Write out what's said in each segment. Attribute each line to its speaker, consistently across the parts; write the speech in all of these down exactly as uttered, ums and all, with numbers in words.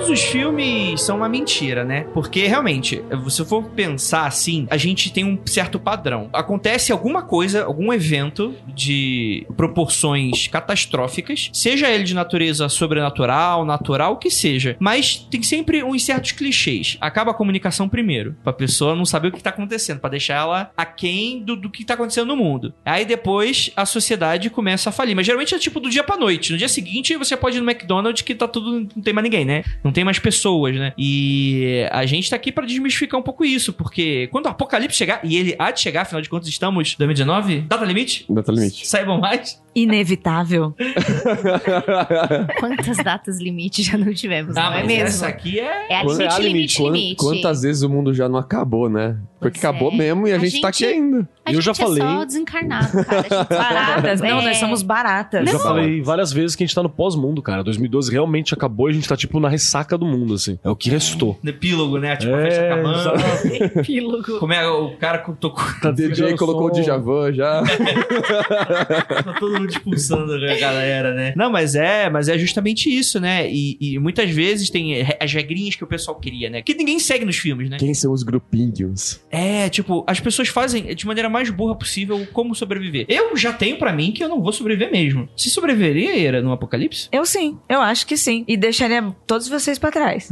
Speaker 1: todos os filmes são uma mentira, né? Porque, realmente, se eu for pensar assim, a gente tem um certo padrão. Acontece alguma coisa, algum evento de proporções catastróficas, seja ele de natureza sobrenatural, natural, o que seja. Mas tem sempre uns certos clichês. Acaba a comunicação primeiro, pra pessoa não saber o que tá acontecendo, pra deixar ela aquém do, do que tá acontecendo no mundo. Aí depois a sociedade começa a falir. Mas geralmente é tipo do dia pra noite. No dia seguinte você pode ir no McDonald's que tá tudo, não tem mais ninguém, né? Não tem mais pessoas, né? E a gente tá aqui pra desmistificar um pouco isso, porque quando o apocalipse chegar, e ele há de chegar, afinal de contas estamos em dois mil e dezenove, data limite?
Speaker 2: Data limite.
Speaker 1: Saibam mais.
Speaker 3: Inevitável.
Speaker 4: Quantas datas limite já não tivemos,
Speaker 1: Ah,
Speaker 4: não é
Speaker 1: mas
Speaker 4: mesmo?
Speaker 1: essa aqui é...
Speaker 4: É a
Speaker 2: Quando-
Speaker 4: limite,
Speaker 2: é a
Speaker 4: limite,
Speaker 2: Quant-
Speaker 4: limite.
Speaker 2: Quantas vezes o mundo já não acabou, né? Porque
Speaker 4: Pois
Speaker 2: acabou
Speaker 4: é.
Speaker 2: mesmo e a,
Speaker 4: A
Speaker 2: gente, tá
Speaker 4: gente-
Speaker 2: aqui ainda.
Speaker 4: A
Speaker 5: Eu
Speaker 4: gente
Speaker 5: já
Speaker 4: é
Speaker 5: falei-
Speaker 4: só desencarnado, cara. A gente
Speaker 3: Baratas. Não,
Speaker 4: É.
Speaker 3: nós somos baratas.
Speaker 5: Eu já falei várias vezes que a gente tá no pós-mundo, cara. dois mil e doze realmente acabou e a gente tá, tipo, na ressaca do mundo, assim. É o que restou.
Speaker 1: No epílogo, né? Tipo, a
Speaker 5: É,
Speaker 1: festa acabando.
Speaker 5: exato.
Speaker 4: Epílogo.
Speaker 1: Como é o cara que tocou...
Speaker 5: Tá
Speaker 2: D J
Speaker 5: tirando
Speaker 2: colocou o
Speaker 5: som.
Speaker 2: Djavan já.
Speaker 1: Tá todo mundo expulsando a galera, né? Não, mas é, mas é justamente isso, né? E, e muitas vezes tem re- as regrinhas que o pessoal queria, né? Que ninguém segue nos filmes, né?
Speaker 2: Quem são os grupinhos?
Speaker 1: É, tipo, as pessoas fazem de maneira mais burra possível como sobreviver. Eu já tenho pra mim que eu não vou sobreviver mesmo. Você sobreviveria, Ira, no apocalipse?
Speaker 3: Eu sim, eu acho que sim. E deixaria todos vocês pra trás.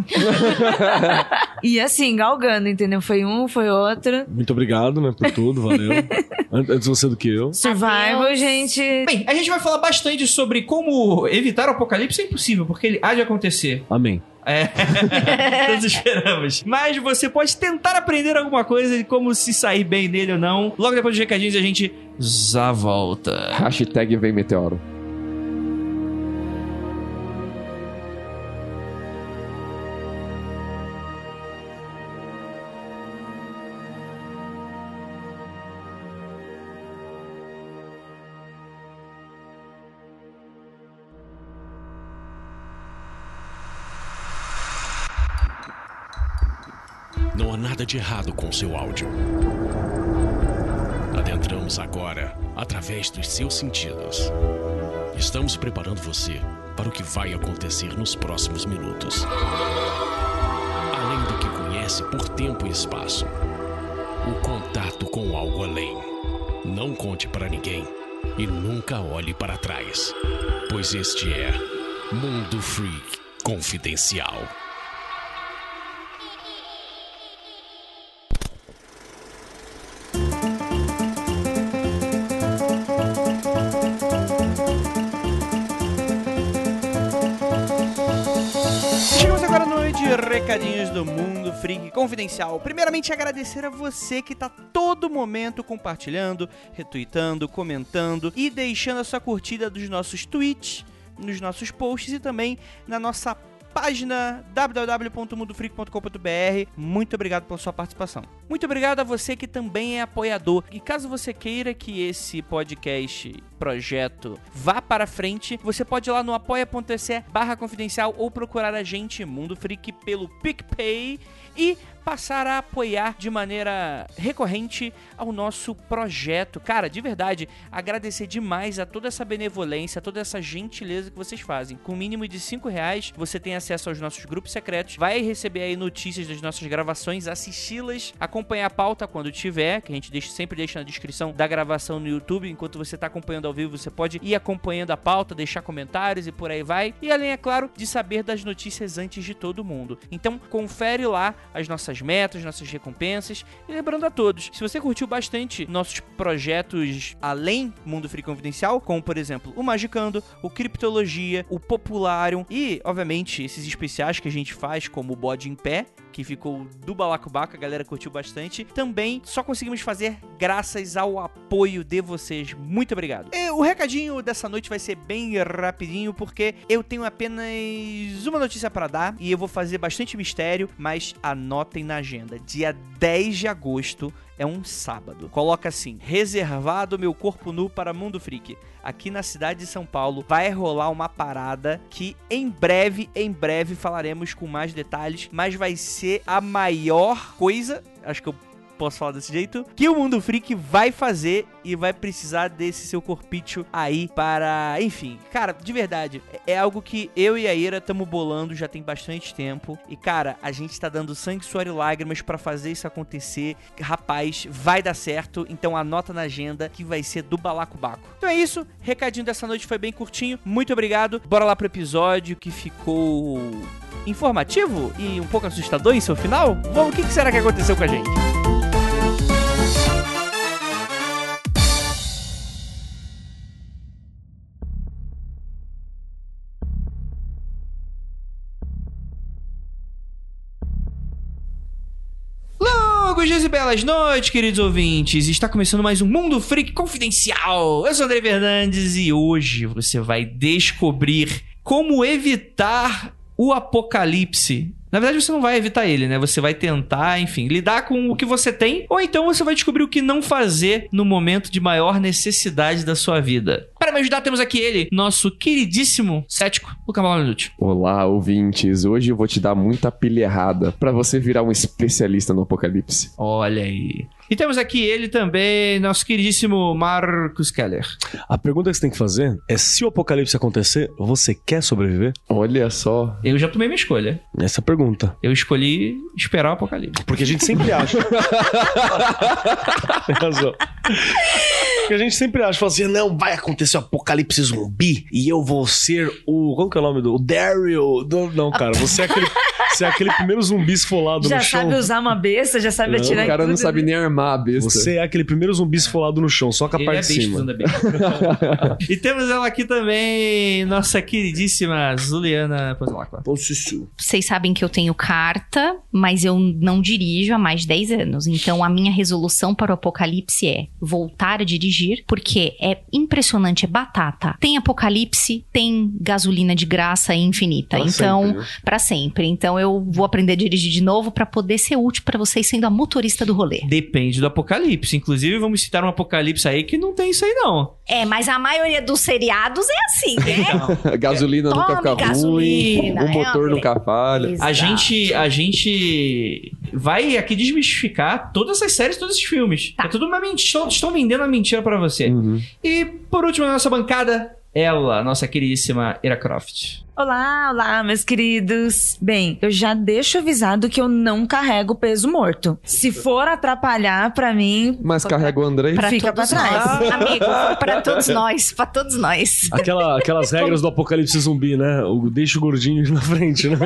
Speaker 3: E assim, galgando, entendeu? Foi um, foi outro.
Speaker 5: Muito obrigado, né, por tudo, valeu. Antes você do que eu.
Speaker 3: Survival,
Speaker 4: Adeus.
Speaker 3: gente.
Speaker 1: Bem, a gente vai falar bastante sobre como evitar o apocalipse. É impossível, porque ele há de acontecer.
Speaker 5: Amém.
Speaker 1: É, todos esperamos. Mas você pode tentar aprender alguma coisa de como se sair bem nele ou não. Logo depois dos recadinhos a gente já volta.
Speaker 2: Hashtag vem meteoro.
Speaker 6: Não há nada de errado com seu áudio. Adentramos agora através dos seus sentidos. Estamos preparando você para o que vai acontecer nos próximos minutos. Além do que conhece por tempo e espaço, o contato com algo além. Não conte para ninguém e nunca olhe para trás, pois este é Mundo Freak Confidencial.
Speaker 1: Chegamos agora à noite, recadinhos do Mundo Freak Confidencial. Primeiramente, agradecer a você que tá todo momento compartilhando, retweetando, comentando e deixando a sua curtida dos nossos tweets, nos nossos posts e também na nossa página w w w ponto mundo freak ponto com ponto b r. Muito obrigado pela sua participação. Muito obrigado a você que também é apoiador. E caso você queira que esse podcast, projeto, vá para frente, você pode ir lá no apoia.se barra confidencial ou procurar a gente, Mundo Freak, pelo PicPay e passar a apoiar de maneira recorrente ao nosso projeto. Cara, de verdade, agradecer demais a toda essa benevolência, a toda essa gentileza que vocês fazem. Com o mínimo de cinco reais, você tem acesso aos nossos grupos secretos, vai receber aí notícias das nossas gravações, assisti-las, acompanhar a pauta quando tiver, que a gente deixa, sempre deixa na descrição da gravação no YouTube. Enquanto você está acompanhando ao vivo, você pode ir acompanhando a pauta, deixar comentários e por aí vai. E além, é claro, de saber das notícias antes de todo mundo. Então, confere lá as nossas metas, nossas recompensas. E lembrando a todos, se você curtiu bastante nossos projetos além Mundo Freak Confidencial, como por exemplo o Magicando, o Criptologia, o Popularium e, obviamente, esses especiais que a gente faz, como o Bode em Pé, que ficou do balacobaco, a galera curtiu bastante. Também só conseguimos fazer graças ao apoio de vocês. Muito obrigado. E o recadinho dessa noite vai ser bem rapidinho, porque eu tenho apenas uma notícia para dar e eu vou fazer bastante mistério, mas anotem na agenda. Dia dez de agosto é um sábado. Coloca assim: reservado meu corpo nu para Mundo Freak. Aqui na cidade de São Paulo vai rolar uma parada que em breve, em breve falaremos com mais detalhes, mas vai ser a maior coisa, acho que eu posso falar desse jeito, que o Mundo Freak vai fazer e vai precisar desse seu corpício aí para... Enfim, cara, de verdade, é algo que eu e a Ira estamos bolando já tem bastante tempo. E, cara, a gente tá dando sangue, suor e lágrimas pra fazer isso acontecer. Rapaz, vai dar certo. Então anota na agenda que vai ser do balacobaco. Então é isso. Recadinho dessa noite foi bem curtinho. Muito obrigado. Bora lá pro episódio que ficou informativo e um pouco assustador em seu final. Vamos, o que será que aconteceu com a gente? Longos dias e belas noites, queridos ouvintes. Está começando mais um Mundo Freak Confidencial. Eu sou o André Fernandes e hoje você vai descobrir como evitar o apocalipse. Na verdade, você não vai evitar ele, né? Você vai tentar, enfim, lidar com o que você tem. Ou então você vai descobrir o que não fazer no momento de maior necessidade da sua vida. Para me ajudar, temos aqui ele, nosso queridíssimo cético, Luca Malanucci.
Speaker 2: Olá, ouvintes. Hoje eu vou te dar muita pilha errada pra você virar um especialista no apocalipse.
Speaker 1: Olha aí. E temos aqui ele também, nosso queridíssimo Marcos Keller.
Speaker 5: A pergunta que você tem que fazer é: se o apocalipse acontecer, você quer sobreviver?
Speaker 2: Olha só.
Speaker 1: Eu já tomei minha escolha.
Speaker 5: Essa é a pergunta.
Speaker 1: Eu escolhi esperar o apocalipse.
Speaker 5: Porque a gente sempre acha. Tem razão. Porque a gente sempre acha, fala assim, não, vai acontecer o apocalipse zumbi e eu vou ser o... Qual que é o nome do... O Daryl. Do, não, cara, você é aquele... Você é aquele primeiro zumbi esfolado
Speaker 3: já
Speaker 5: no chão.
Speaker 3: Já sabe usar uma besta, já sabe
Speaker 5: não,
Speaker 3: atirar
Speaker 2: O cara
Speaker 3: tudo,
Speaker 2: não sabe
Speaker 3: né?
Speaker 2: nem armar a besta.
Speaker 5: Você é aquele primeiro zumbi esfolado no chão, só com a
Speaker 1: Ele
Speaker 5: parte
Speaker 1: é
Speaker 5: de
Speaker 1: besta,
Speaker 5: cima.
Speaker 1: usando a besta. E temos ela aqui também, nossa queridíssima Zuliana Pozolacqua.
Speaker 4: Vocês sabem que eu tenho carta, mas eu não dirijo há mais de dez anos. Então, a minha resolução para o apocalipse é voltar a dirigir, porque é impressionante, é batata. Tem apocalipse, tem gasolina de graça infinita.
Speaker 2: Pra
Speaker 4: então,
Speaker 2: sempre, né?
Speaker 4: pra sempre. Então, eu vou aprender a dirigir de novo pra poder ser útil pra vocês sendo a motorista do rolê.
Speaker 1: Depende do apocalipse. Inclusive, vamos citar um apocalipse aí que não tem isso aí, não.
Speaker 4: É, mas a maioria dos seriados é assim, né?
Speaker 2: A gasolina nunca
Speaker 4: Tome
Speaker 2: fica
Speaker 4: gasolina,
Speaker 2: ruim, o motor
Speaker 4: é,
Speaker 2: nunca falha.
Speaker 1: A
Speaker 4: Exato.
Speaker 1: gente, a gente vai aqui desmistificar todas essas séries, todos esses filmes.
Speaker 4: Tá.
Speaker 1: É tudo uma mentira. Estão, estão vendendo uma mentira pra você.
Speaker 2: Uhum.
Speaker 1: E, por último, na nossa bancada, ela, nossa queridíssima Ira Croft.
Speaker 3: Olá, olá, meus queridos. Bem, eu já deixo avisado que eu não carrego peso morto. Se for atrapalhar pra mim,
Speaker 2: Mas carrega o Andrei.
Speaker 4: Pra
Speaker 3: Fica
Speaker 4: todos
Speaker 3: pra trás.
Speaker 4: nós, amigo. Pra todos nós, pra todos nós.
Speaker 5: Aquela, aquelas regras do apocalipse zumbi, né? O, deixa o gordinho na frente, né?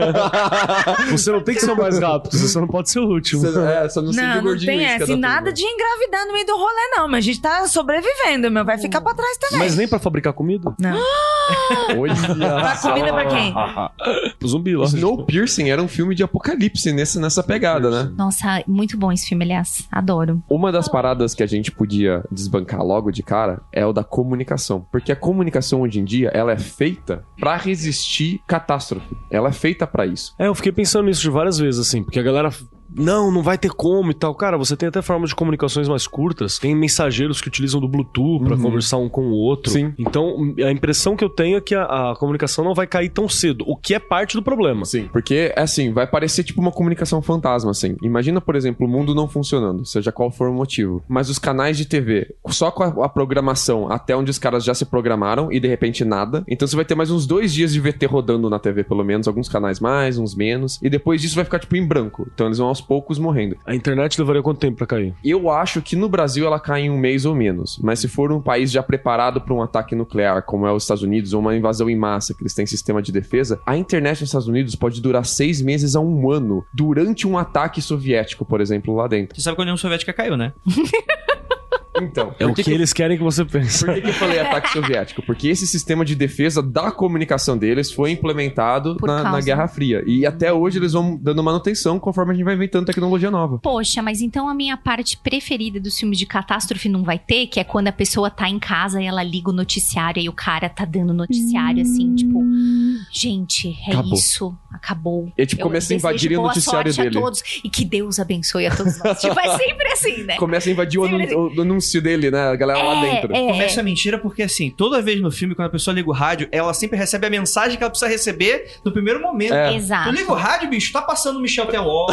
Speaker 5: Você não tem que ser o mais rápido, você só não pode ser o último.
Speaker 2: Você, é, só não, seja
Speaker 3: não,
Speaker 2: o
Speaker 3: não
Speaker 2: gordinho
Speaker 3: tem
Speaker 2: aí de
Speaker 3: essa.
Speaker 2: cada
Speaker 3: E nada
Speaker 2: turma.
Speaker 3: de engravidar no meio do rolê, não. Mas a gente tá sobrevivendo, meu. Vai ficar pra trás também.
Speaker 5: Mas nem pra fabricar comida?
Speaker 3: Não.
Speaker 2: Olha
Speaker 3: Pra comida pra quem?
Speaker 5: O zumbi, lógico.
Speaker 2: Snowpiercer era um filme de apocalipse nessa, nessa pegada, né?
Speaker 4: Nossa, muito bom esse filme, aliás. Adoro.
Speaker 2: Uma das paradas que a gente podia desbancar logo de cara é o da comunicação. Porque a comunicação hoje em dia, ela é feita pra resistir catástrofe. Ela é feita pra isso.
Speaker 5: É, eu fiquei pensando nisso de várias vezes, assim, porque a galera... Não, não vai ter como e tal. Cara, você tem até formas de comunicações mais curtas. Tem mensageiros que utilizam do Bluetooth pra
Speaker 2: Uhum.
Speaker 5: conversar um com o outro.
Speaker 2: Sim.
Speaker 5: Então, a impressão que eu tenho é que a, a comunicação não vai cair tão cedo, o que é parte do problema.
Speaker 2: Sim, porque, assim, vai parecer tipo uma comunicação fantasma, assim. Imagina, por exemplo, o mundo não funcionando, seja qual for o motivo. Mas os canais de T V, só com a, a programação até onde os caras já se programaram e de repente nada. Então você vai ter mais uns dois dias de V T rodando na T V, pelo menos. Alguns canais mais, uns menos. E depois disso vai ficar, tipo, em branco. Então eles vão aos poucos morrendo.
Speaker 5: A internet levaria quanto tempo pra cair?
Speaker 2: Eu acho que no Brasil ela cai em um mês ou menos. Mas se for um país já preparado para um ataque nuclear, como é os Estados Unidos, ou uma invasão em massa, que eles têm sistema de defesa, a internet nos Estados Unidos pode durar seis meses a um ano, durante um ataque soviético, por exemplo, lá dentro.
Speaker 1: Você sabe que a União Soviética caiu, né?
Speaker 2: Então,
Speaker 5: É
Speaker 2: por
Speaker 5: o que,
Speaker 2: que
Speaker 5: eles querem que você pense.
Speaker 2: Por que, que eu falei ataque soviético? Porque esse sistema de defesa da comunicação deles foi implementado
Speaker 4: Por
Speaker 2: na, na
Speaker 4: causa.
Speaker 2: Guerra Fria. E até hoje eles vão dando manutenção conforme a gente vai inventando tecnologia nova.
Speaker 4: Poxa, mas então a minha parte preferida dos filmes de catástrofe não vai ter, que é quando a pessoa tá em casa e ela liga o noticiário e o cara tá dando noticiário assim, tipo, gente, é
Speaker 2: Acabou.
Speaker 4: isso, acabou.
Speaker 2: E, tipo,
Speaker 4: Eu
Speaker 2: começa a
Speaker 4: desejo
Speaker 2: invadir o
Speaker 4: boa
Speaker 2: noticiário
Speaker 4: sorte
Speaker 2: dele.
Speaker 4: a todos e que Deus abençoe a todos nós. Tipo, é sempre assim, né?
Speaker 2: Começa a invadir o,
Speaker 4: Sempre
Speaker 2: anun- o, o anúncio dele, né? A galera lá
Speaker 4: É,
Speaker 2: dentro.
Speaker 4: é.
Speaker 1: Começa a mentira porque, assim, toda vez no filme, quando a pessoa liga o rádio, ela sempre recebe a mensagem que ela precisa receber no primeiro momento.
Speaker 2: É.
Speaker 4: Exato.
Speaker 1: Tu liga o rádio, bicho, tá passando o Michel Teló.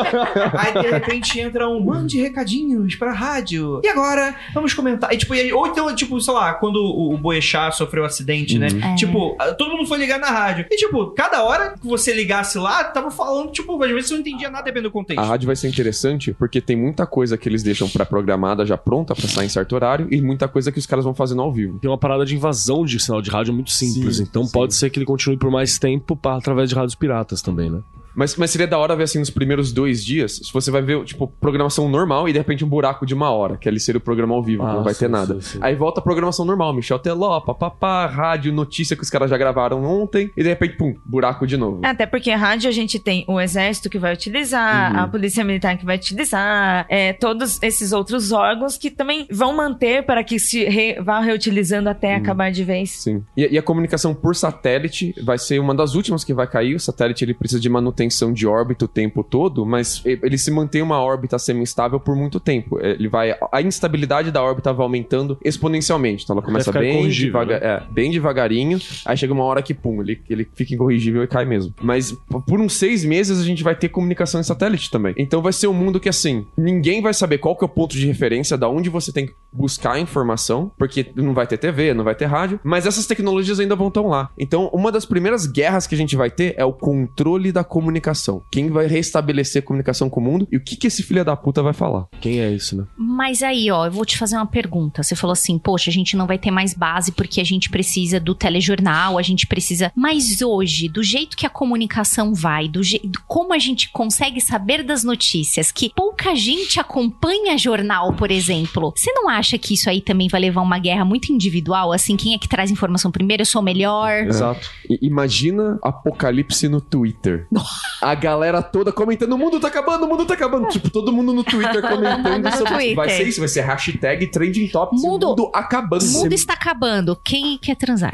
Speaker 1: Aí, de repente, entra um mande recadinhos pra rádio. E agora, vamos comentar. E, tipo, e aí, ou então, tipo, sei lá, quando o, o Boechat sofreu um acidente, né?
Speaker 4: É.
Speaker 1: Tipo, todo mundo foi ligar na rádio. E, tipo, cada hora que você ligasse lá, tava falando, tipo, às vezes você não entendia nada dependendo do contexto.
Speaker 2: A rádio vai ser interessante porque tem muita coisa que eles deixam pré-programada já pronta pra sair em certo horário e muita coisa que os caras vão fazendo ao vivo.
Speaker 5: Tem uma parada de invasão de sinal de rádio muito simples,
Speaker 2: Sim,
Speaker 5: então
Speaker 2: sim.
Speaker 5: pode ser que ele continue por mais tempo pra, através de rádios piratas também, né?
Speaker 2: Mas, mas seria da hora ver, assim, nos primeiros dois dias, se você vai ver, tipo, programação normal e de repente um buraco de uma hora, que ali seria o programa ao vivo,
Speaker 5: Ah,
Speaker 2: que não vai
Speaker 5: sim,
Speaker 2: ter nada.
Speaker 5: sim, sim.
Speaker 2: Aí volta a programação normal, Michel Teló, papapá, rádio, notícia que os caras já gravaram ontem, e de repente, pum, buraco de novo.
Speaker 3: Até porque a rádio a gente tem o exército que vai utilizar,
Speaker 2: Uhum.
Speaker 3: a polícia militar que vai utilizar, é, todos esses outros órgãos que também vão manter para que se re- vá reutilizando até acabar de vez.
Speaker 2: Sim. E, e a comunicação por satélite vai ser uma das últimas que vai cair. O satélite ele precisa de manutenção de órbita o tempo todo, mas e- ele se mantém uma órbita semi-instável por muito tempo. Ele vai, a instabilidade da órbita vai aumentando exponencialmente. Então ela começa
Speaker 5: ficar
Speaker 2: bem,
Speaker 5: incorrigível,
Speaker 2: devagar, é, bem devagarinho, aí chega uma hora que, pum, ele, ele fica incorrigível e cai mesmo. Mas p- por uns seis meses a gente vai ter comunicação em satélite também. Então vai ser um mundo que, assim, ninguém vai saber qual que é o ponto de referência, da onde você tem que buscar a informação, porque não vai ter T V, não vai ter rádio, mas essas tecnologias ainda vão estar lá. Então, uma das primeiras guerras que a gente vai ter é o controle da comunicação. Quem vai restabelecer a comunicação com o mundo e o que, que esse filho da puta vai falar.
Speaker 5: Quem é esse, né?
Speaker 4: Mas aí, ó, eu vou te fazer uma pergunta. Você falou assim, poxa, a gente não vai ter mais base porque a gente precisa do telejornal, a gente precisa... Mas hoje, do jeito que a comunicação vai, do jeito... como a gente consegue saber das notícias, que pouca gente acompanha jornal, por exemplo, você não acha que isso aí também vai levar uma guerra muito individual? Assim, quem é que traz informação primeiro? Eu sou o melhor?
Speaker 5: Exato.
Speaker 2: I- imagina apocalipse no Twitter. A galera toda comentando, o mundo tá acabando, o mundo tá acabando. Tipo, todo mundo no Twitter comentando
Speaker 4: No
Speaker 2: sobre
Speaker 4: Twitter.
Speaker 2: Vai ser isso, vai ser hashtag trending topics,
Speaker 4: Mundo-
Speaker 2: o mundo acabando.
Speaker 4: O mundo está acabando. Quem quer transar?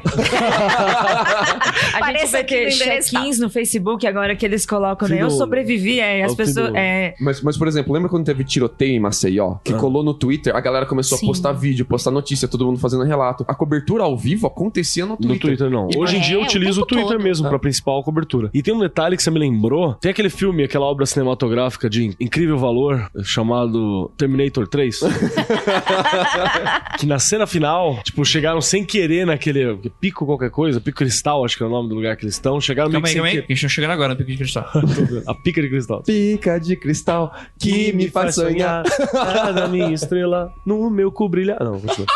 Speaker 3: A
Speaker 4: Apareça
Speaker 3: gente vai
Speaker 4: aqui no
Speaker 3: ter
Speaker 4: endereço
Speaker 3: check-ins no Facebook agora que eles colocam, né?
Speaker 5: Fim
Speaker 3: Eu
Speaker 5: do-
Speaker 3: sobrevivi, é, e as
Speaker 5: É o fim
Speaker 3: pessoas...
Speaker 5: do-
Speaker 3: É,
Speaker 2: Mas, mas, por exemplo, lembra quando teve tiroteio em Maceió? Que
Speaker 5: Ah.
Speaker 2: colou no Twitter, a galera começou
Speaker 4: Sim.
Speaker 2: a postar vídeo, postar notícia, todo mundo fazendo relato. A cobertura ao vivo acontecia no Twitter.
Speaker 5: No Twitter, não. Hoje em
Speaker 4: É,
Speaker 5: dia eu
Speaker 4: o
Speaker 5: utilizo o
Speaker 4: tempo
Speaker 5: Twitter
Speaker 4: todo.
Speaker 5: mesmo pra principal cobertura. E tem um detalhe que você me lembrou. Tem aquele filme, aquela obra cinematográfica de incrível valor, chamado Terminator três. Que na cena final, tipo, chegaram sem querer naquele pico qualquer coisa, pico cristal, acho que é o nome do lugar que eles estão. Chegaram meio
Speaker 1: Calma
Speaker 5: que
Speaker 1: aí,
Speaker 5: sem
Speaker 1: calma aí.
Speaker 5: querer.
Speaker 1: Eles estão chegando agora no Pico de Cristal.
Speaker 5: A pica de cristal.
Speaker 2: Pica de cristal que me faz sonhar.
Speaker 5: Cada minha estrela no meu cu brilhar. Não, continua.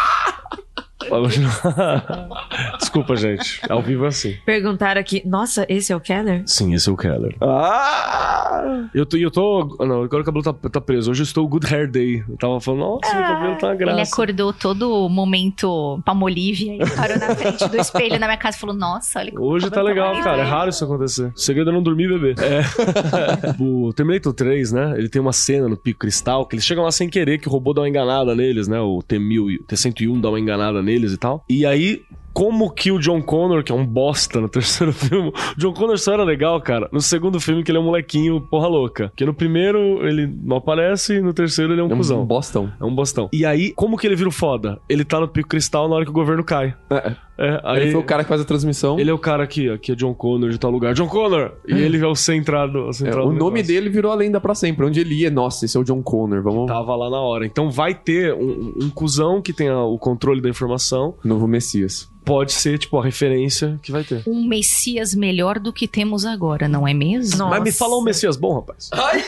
Speaker 5: Vamos continuar. Desculpa, gente. Ao vivo é assim.
Speaker 3: perguntaram aqui, nossa, esse é o Keller?
Speaker 5: Sim, esse é o Keller. Ah! Eu tô, eu tô. Não, agora o cabelo tá, tá preso. Hoje eu estou Good Hair Day. Eu tava falando, nossa, meu cabelo tá uma graça.
Speaker 4: Ele acordou todo momento Palmolive e parou na frente do espelho na minha casa e falou, nossa, olha como
Speaker 5: Hoje
Speaker 4: o
Speaker 5: tá
Speaker 4: cabelo
Speaker 5: legal,
Speaker 4: bonito,
Speaker 5: cara. É
Speaker 4: hein?"
Speaker 5: raro isso acontecer. O segredo é não dormir e beber. É. O Terminator três, né? Ele tem uma cena no Pico Cristal que eles chegam lá sem querer, que o robô dá uma enganada neles, né? O T mil e o T cento e um dá uma enganada neles e tal. E aí, como que o John Connor, que é um bosta no terceiro filme, o John Connor só era legal, cara, no segundo filme que ele é um molequinho porra louca. Porque no primeiro ele não aparece e no terceiro ele é um
Speaker 2: É
Speaker 5: cuzão.
Speaker 2: um bostão.
Speaker 5: É um bostão. E aí, como que ele vira o foda? Ele tá no Pico Cristal na hora que o governo cai.
Speaker 2: É,
Speaker 5: É, aí
Speaker 2: ele foi o cara que faz a transmissão.
Speaker 5: ele é o cara aqui, aqui é John Connor de tal lugar. John Connor! E ele é o centrado. O,
Speaker 2: É,
Speaker 5: centrado
Speaker 2: o
Speaker 5: do
Speaker 2: nome
Speaker 5: negócio.
Speaker 2: dele virou a lenda pra sempre. Onde ele ia, nossa, esse é o John Connor. Vamos.
Speaker 5: Tava lá na hora. Então vai ter um, um cuzão que tenha o controle da informação.
Speaker 2: Novo Messias.
Speaker 5: Pode ser, tipo, a referência que vai ter.
Speaker 4: Um Messias melhor do que temos agora, não é mesmo?
Speaker 3: Nossa.
Speaker 5: Mas me fala um Messias bom, rapaz.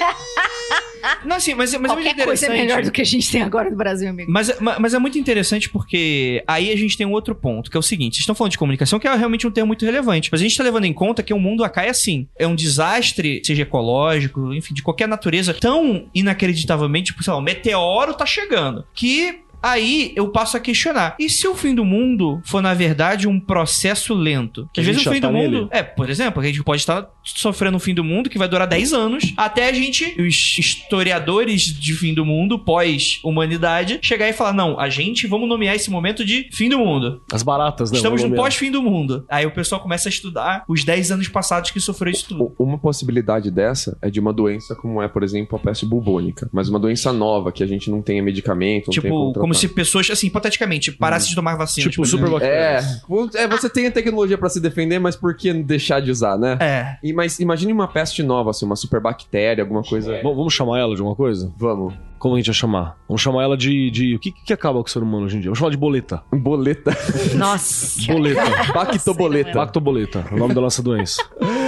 Speaker 1: Não, sim, mas, mas é muito
Speaker 4: Qualquer coisa é
Speaker 1: interessante.
Speaker 4: melhor do que a gente tem agora no Brasil, amigo.
Speaker 1: Mas, é- ma- mas é muito interessante porque aí a gente tem um outro ponto, que é o seguinte: vocês estão falando de comunicação, que é realmente um termo muito relevante. Mas a gente tá levando em conta que o mundo acai assim. É um desastre, seja ecológico, enfim, de qualquer natureza, tão inacreditavelmente, tipo, sei lá, um meteoro tá chegando. Que aí eu passo a questionar. E se o fim do mundo for, na verdade, um processo lento? Que
Speaker 5: A
Speaker 1: às vezes
Speaker 5: gente
Speaker 1: o fim
Speaker 5: já
Speaker 1: do
Speaker 5: tá
Speaker 1: mundo.
Speaker 5: nele?
Speaker 1: É, por exemplo, a gente pode estar sofrendo o fim do mundo, que vai durar dez anos, até a gente, os historiadores de fim do mundo, pós-humanidade, chegar e falar, não, a gente, vamos nomear esse momento de fim do mundo.
Speaker 5: As baratas, né?
Speaker 1: Estamos
Speaker 5: Vamos
Speaker 1: no
Speaker 5: nomear.
Speaker 1: pós-fim do mundo. Aí o pessoal começa a estudar os dez anos passados que sofreu isso tudo.
Speaker 2: Uma possibilidade dessa é de uma doença como é, por exemplo, a peste bubônica. Mas uma doença nova, que a gente não tenha medicamento, não tenha
Speaker 1: Tipo,
Speaker 2: como
Speaker 1: como
Speaker 2: tratar.
Speaker 1: se pessoas, assim, hipoteticamente, parassem de tomar vacina.
Speaker 5: Tipo, super bacana.
Speaker 2: É, é, você tem a tecnologia pra se defender, mas por que deixar de usar, né?
Speaker 1: É.
Speaker 2: E, mas imagine uma peste nova, assim, uma superbactéria, alguma coisa.
Speaker 5: Bom, vamos chamar ela de alguma coisa?
Speaker 2: Vamos.
Speaker 5: Como a gente vai chamar? Vamos chamar ela de... de... O que, que acaba com o ser humano hoje em dia? Vamos chamar de boleta.
Speaker 2: Boleta.
Speaker 3: Nossa.
Speaker 5: Boleta.
Speaker 2: Bactoboleta.
Speaker 5: Bactoboleta, o nome da nossa doença.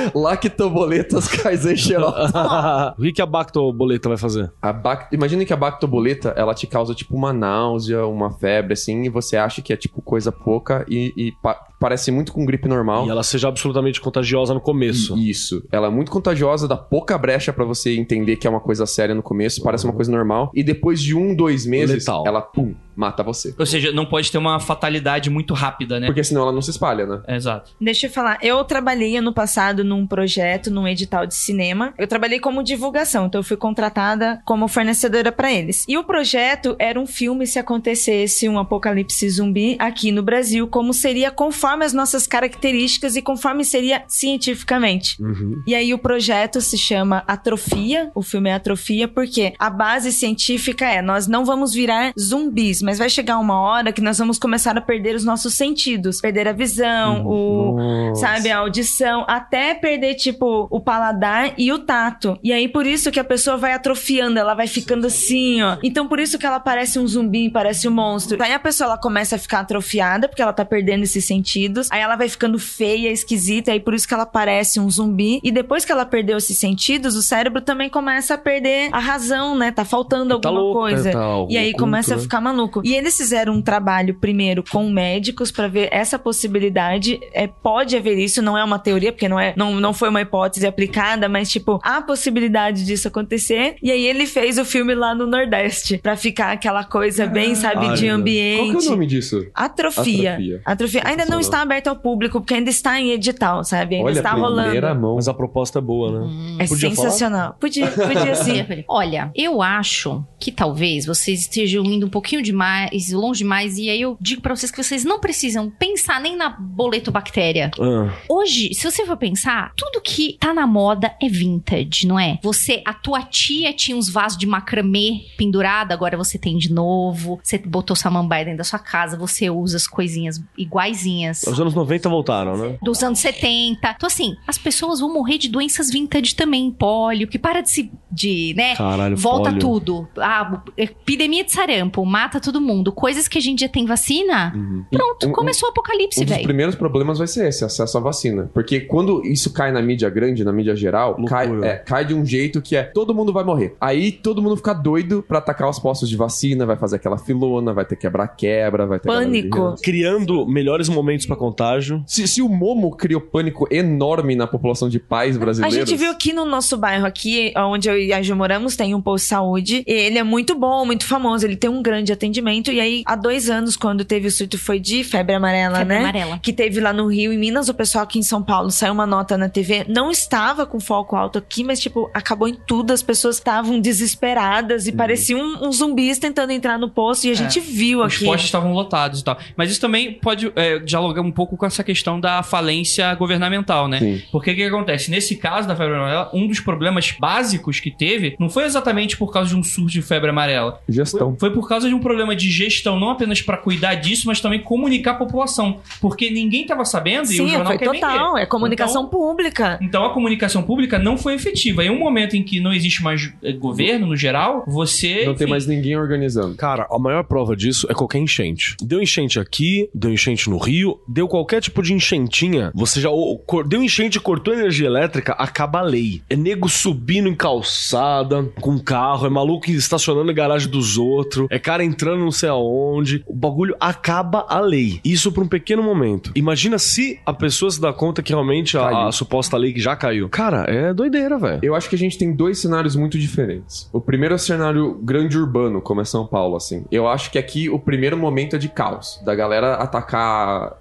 Speaker 2: Lactoboletas Kaiser-Xerox.
Speaker 5: O que, que a bactoboleta vai fazer?
Speaker 2: A bac... Imagina que a bactoboleta, ela te causa, tipo, uma náusea, uma febre, assim, e você acha que é, tipo, coisa pouca e, e pa- parece muito com gripe normal.
Speaker 5: E ela seja absolutamente contagiosa no começo.
Speaker 2: E- Isso. Ela é muito contagiosa, dá pouca brecha pra você entender que é uma coisa séria no começo, parece uma coisa normal. E depois de um, dois meses,
Speaker 5: Letal.
Speaker 2: ela, pum, mata você.
Speaker 1: Ou seja, não pode ter uma fatalidade muito rápida, né?
Speaker 2: Porque senão ela não se espalha, né?
Speaker 1: É, exato.
Speaker 3: Deixa eu falar, eu trabalhei ano passado num projeto, num edital de cinema. Eu trabalhei como divulgação, então eu fui contratada como fornecedora pra eles. E o projeto era um filme se acontecesse um apocalipse zumbi aqui no Brasil, como seria conforme as nossas características e conforme seria cientificamente.
Speaker 5: Uhum.
Speaker 3: E aí o projeto se chama Atrofia, o filme é Atrofia, porque a base científica é, nós não vamos virar zumbis, mas vai chegar uma hora que nós vamos começar a perder os nossos sentidos, perder a visão, o,
Speaker 5: Nossa.
Speaker 3: sabe, a audição, até perder, tipo, o paladar e o tato. E aí por isso que a pessoa vai atrofiando, ela vai ficando assim, ó. Então por isso que ela parece um zumbi, parece um monstro. Aí a pessoa, ela começa a ficar atrofiada, porque ela tá perdendo esses sentidos, aí ela vai ficando feia, esquisita, aí por isso que ela parece um zumbi. E depois que ela perdeu esses sentidos, o cérebro também começa a perder a razão, né? Tá faltando
Speaker 5: Tá
Speaker 3: alguma
Speaker 5: louco,
Speaker 3: coisa.
Speaker 5: né? Tá
Speaker 3: E aí
Speaker 5: oculto,
Speaker 3: começa a
Speaker 5: né?
Speaker 3: ficar maluco. E eles fizeram um trabalho primeiro com médicos pra ver essa possibilidade. É, pode haver isso, não é uma teoria, porque não, é, não, não foi uma hipótese aplicada, mas tipo, há possibilidade disso acontecer. E aí ele fez o filme lá no Nordeste, pra ficar aquela coisa bem, sabe,
Speaker 5: Ai,
Speaker 3: de
Speaker 5: meu.
Speaker 3: ambiente.
Speaker 2: Qual que é o nome disso?
Speaker 3: Atrofia.
Speaker 2: Atrofia.
Speaker 3: Atrofia. Ainda não está aberto ao público, porque ainda está em edital, sabe? Ainda
Speaker 2: Olha,
Speaker 3: está
Speaker 2: primeira
Speaker 3: rolando.
Speaker 2: mão.
Speaker 5: Mas a proposta é boa, né?
Speaker 3: É
Speaker 5: Podia falar?
Speaker 3: sensacional. Podia, podia sim.
Speaker 4: Olha, eu acho que talvez vocês estejam indo um pouquinho demais, longe demais, e aí eu digo pra vocês que vocês não precisam pensar nem na boletobactéria.
Speaker 5: Ah,
Speaker 4: Hoje, se você for pensar, tudo que tá na moda é vintage, não é? Você, a tua tia tinha uns vasos de macramê pendurado, agora você tem de novo. Você botou samambaia dentro da sua casa, você usa as coisinhas iguaizinhas
Speaker 5: os anos noventa voltaram, né?
Speaker 4: dos anos setenta. Então, assim, as pessoas vão morrer de doenças vintage também. Pólio, que para de se... De, né?
Speaker 5: Caralho,
Speaker 4: Volta
Speaker 5: pólio.
Speaker 4: tudo. Ah, epidemia de sarampo, mata todo mundo. Coisas que a gente já tem vacina. Pronto,
Speaker 2: Um- um-
Speaker 4: começou o apocalipse,
Speaker 2: Um dos
Speaker 4: velho.
Speaker 2: primeiros problemas vai ser esse, acesso à vacina. Porque quando isso cai na mídia grande, na mídia geral, cai,
Speaker 5: Loucura.
Speaker 2: é, cai de um jeito que é todo mundo vai morrer. Aí todo mundo fica doido pra atacar os postos de vacina, vai fazer aquela filona, vai ter quebra-quebra, vai ter...
Speaker 3: Pânico.
Speaker 2: galera de-
Speaker 5: Criando melhores momentos pra contágio.
Speaker 2: Se, se o Momo criou pânico enorme na população de pais
Speaker 3: A
Speaker 2: brasileiros...
Speaker 3: gente viu aqui no nosso bairro, aqui onde eu e a Ju moramos, tem um posto de saúde. E ele é muito bom, muito famoso. Ele tem um grande atendimento. E aí, há dois anos, quando teve o surto, foi de febre amarela,
Speaker 4: Febre
Speaker 3: né?
Speaker 4: amarela.
Speaker 3: Que teve lá no Rio, em Minas, o pessoal aqui em São Paulo saiu uma nota na T V. Não estava com foco alto aqui, mas, tipo, acabou em tudo. As pessoas estavam desesperadas e pareciam um, um zumbis tentando entrar no posto. E a gente viu
Speaker 1: Os
Speaker 3: aqui.
Speaker 1: postos estavam lotados e tal. Mas isso também pode é, dialogar um pouco com essa questão da falência governamental, né?
Speaker 2: Sim.
Speaker 1: Porque o que, que acontece? Nesse caso da febre amarela, um dos problemas básicos que teve não foi exatamente por causa de um surto de febre amarela.
Speaker 2: Gestão.
Speaker 1: Foi, foi por causa de um problema de gestão, não apenas pra cuidar disso, mas também comunicar a população. Porque ninguém tava sabendo e o
Speaker 3: Sim,
Speaker 1: jornal
Speaker 3: foi
Speaker 1: quer
Speaker 3: total.
Speaker 1: vender.
Speaker 3: É comunicação
Speaker 1: Então,
Speaker 3: pública.
Speaker 1: Então a comunicação pública não foi efetiva. Em um momento em que não existe mais eh, governo, no geral, você...
Speaker 2: Não tem
Speaker 1: enfim,
Speaker 2: mais ninguém organizando.
Speaker 5: Cara, a maior prova disso é qualquer enchente. Deu enchente aqui, deu enchente no Rio, deu qualquer tipo de enchentinha, você já... o- cor- Deu enchente, cortou energia elétrica, acaba a lei. É nego subindo em calçada, com carro, é maluco estacionando em garagem dos outros, é cara entrando não sei aonde. O bagulho acaba a lei. Isso por um pequeno momento. Imagina se a pessoa se dá conta que realmente a,
Speaker 2: Caiu.
Speaker 5: a suposta lei que já caiu. Cara, é doideira, velho.
Speaker 2: Eu acho que a gente tem dois cenários muito diferentes. O primeiro é o cenário grande urbano, como é São Paulo, assim. Eu acho que aqui o primeiro momento é de caos. Da galera atacar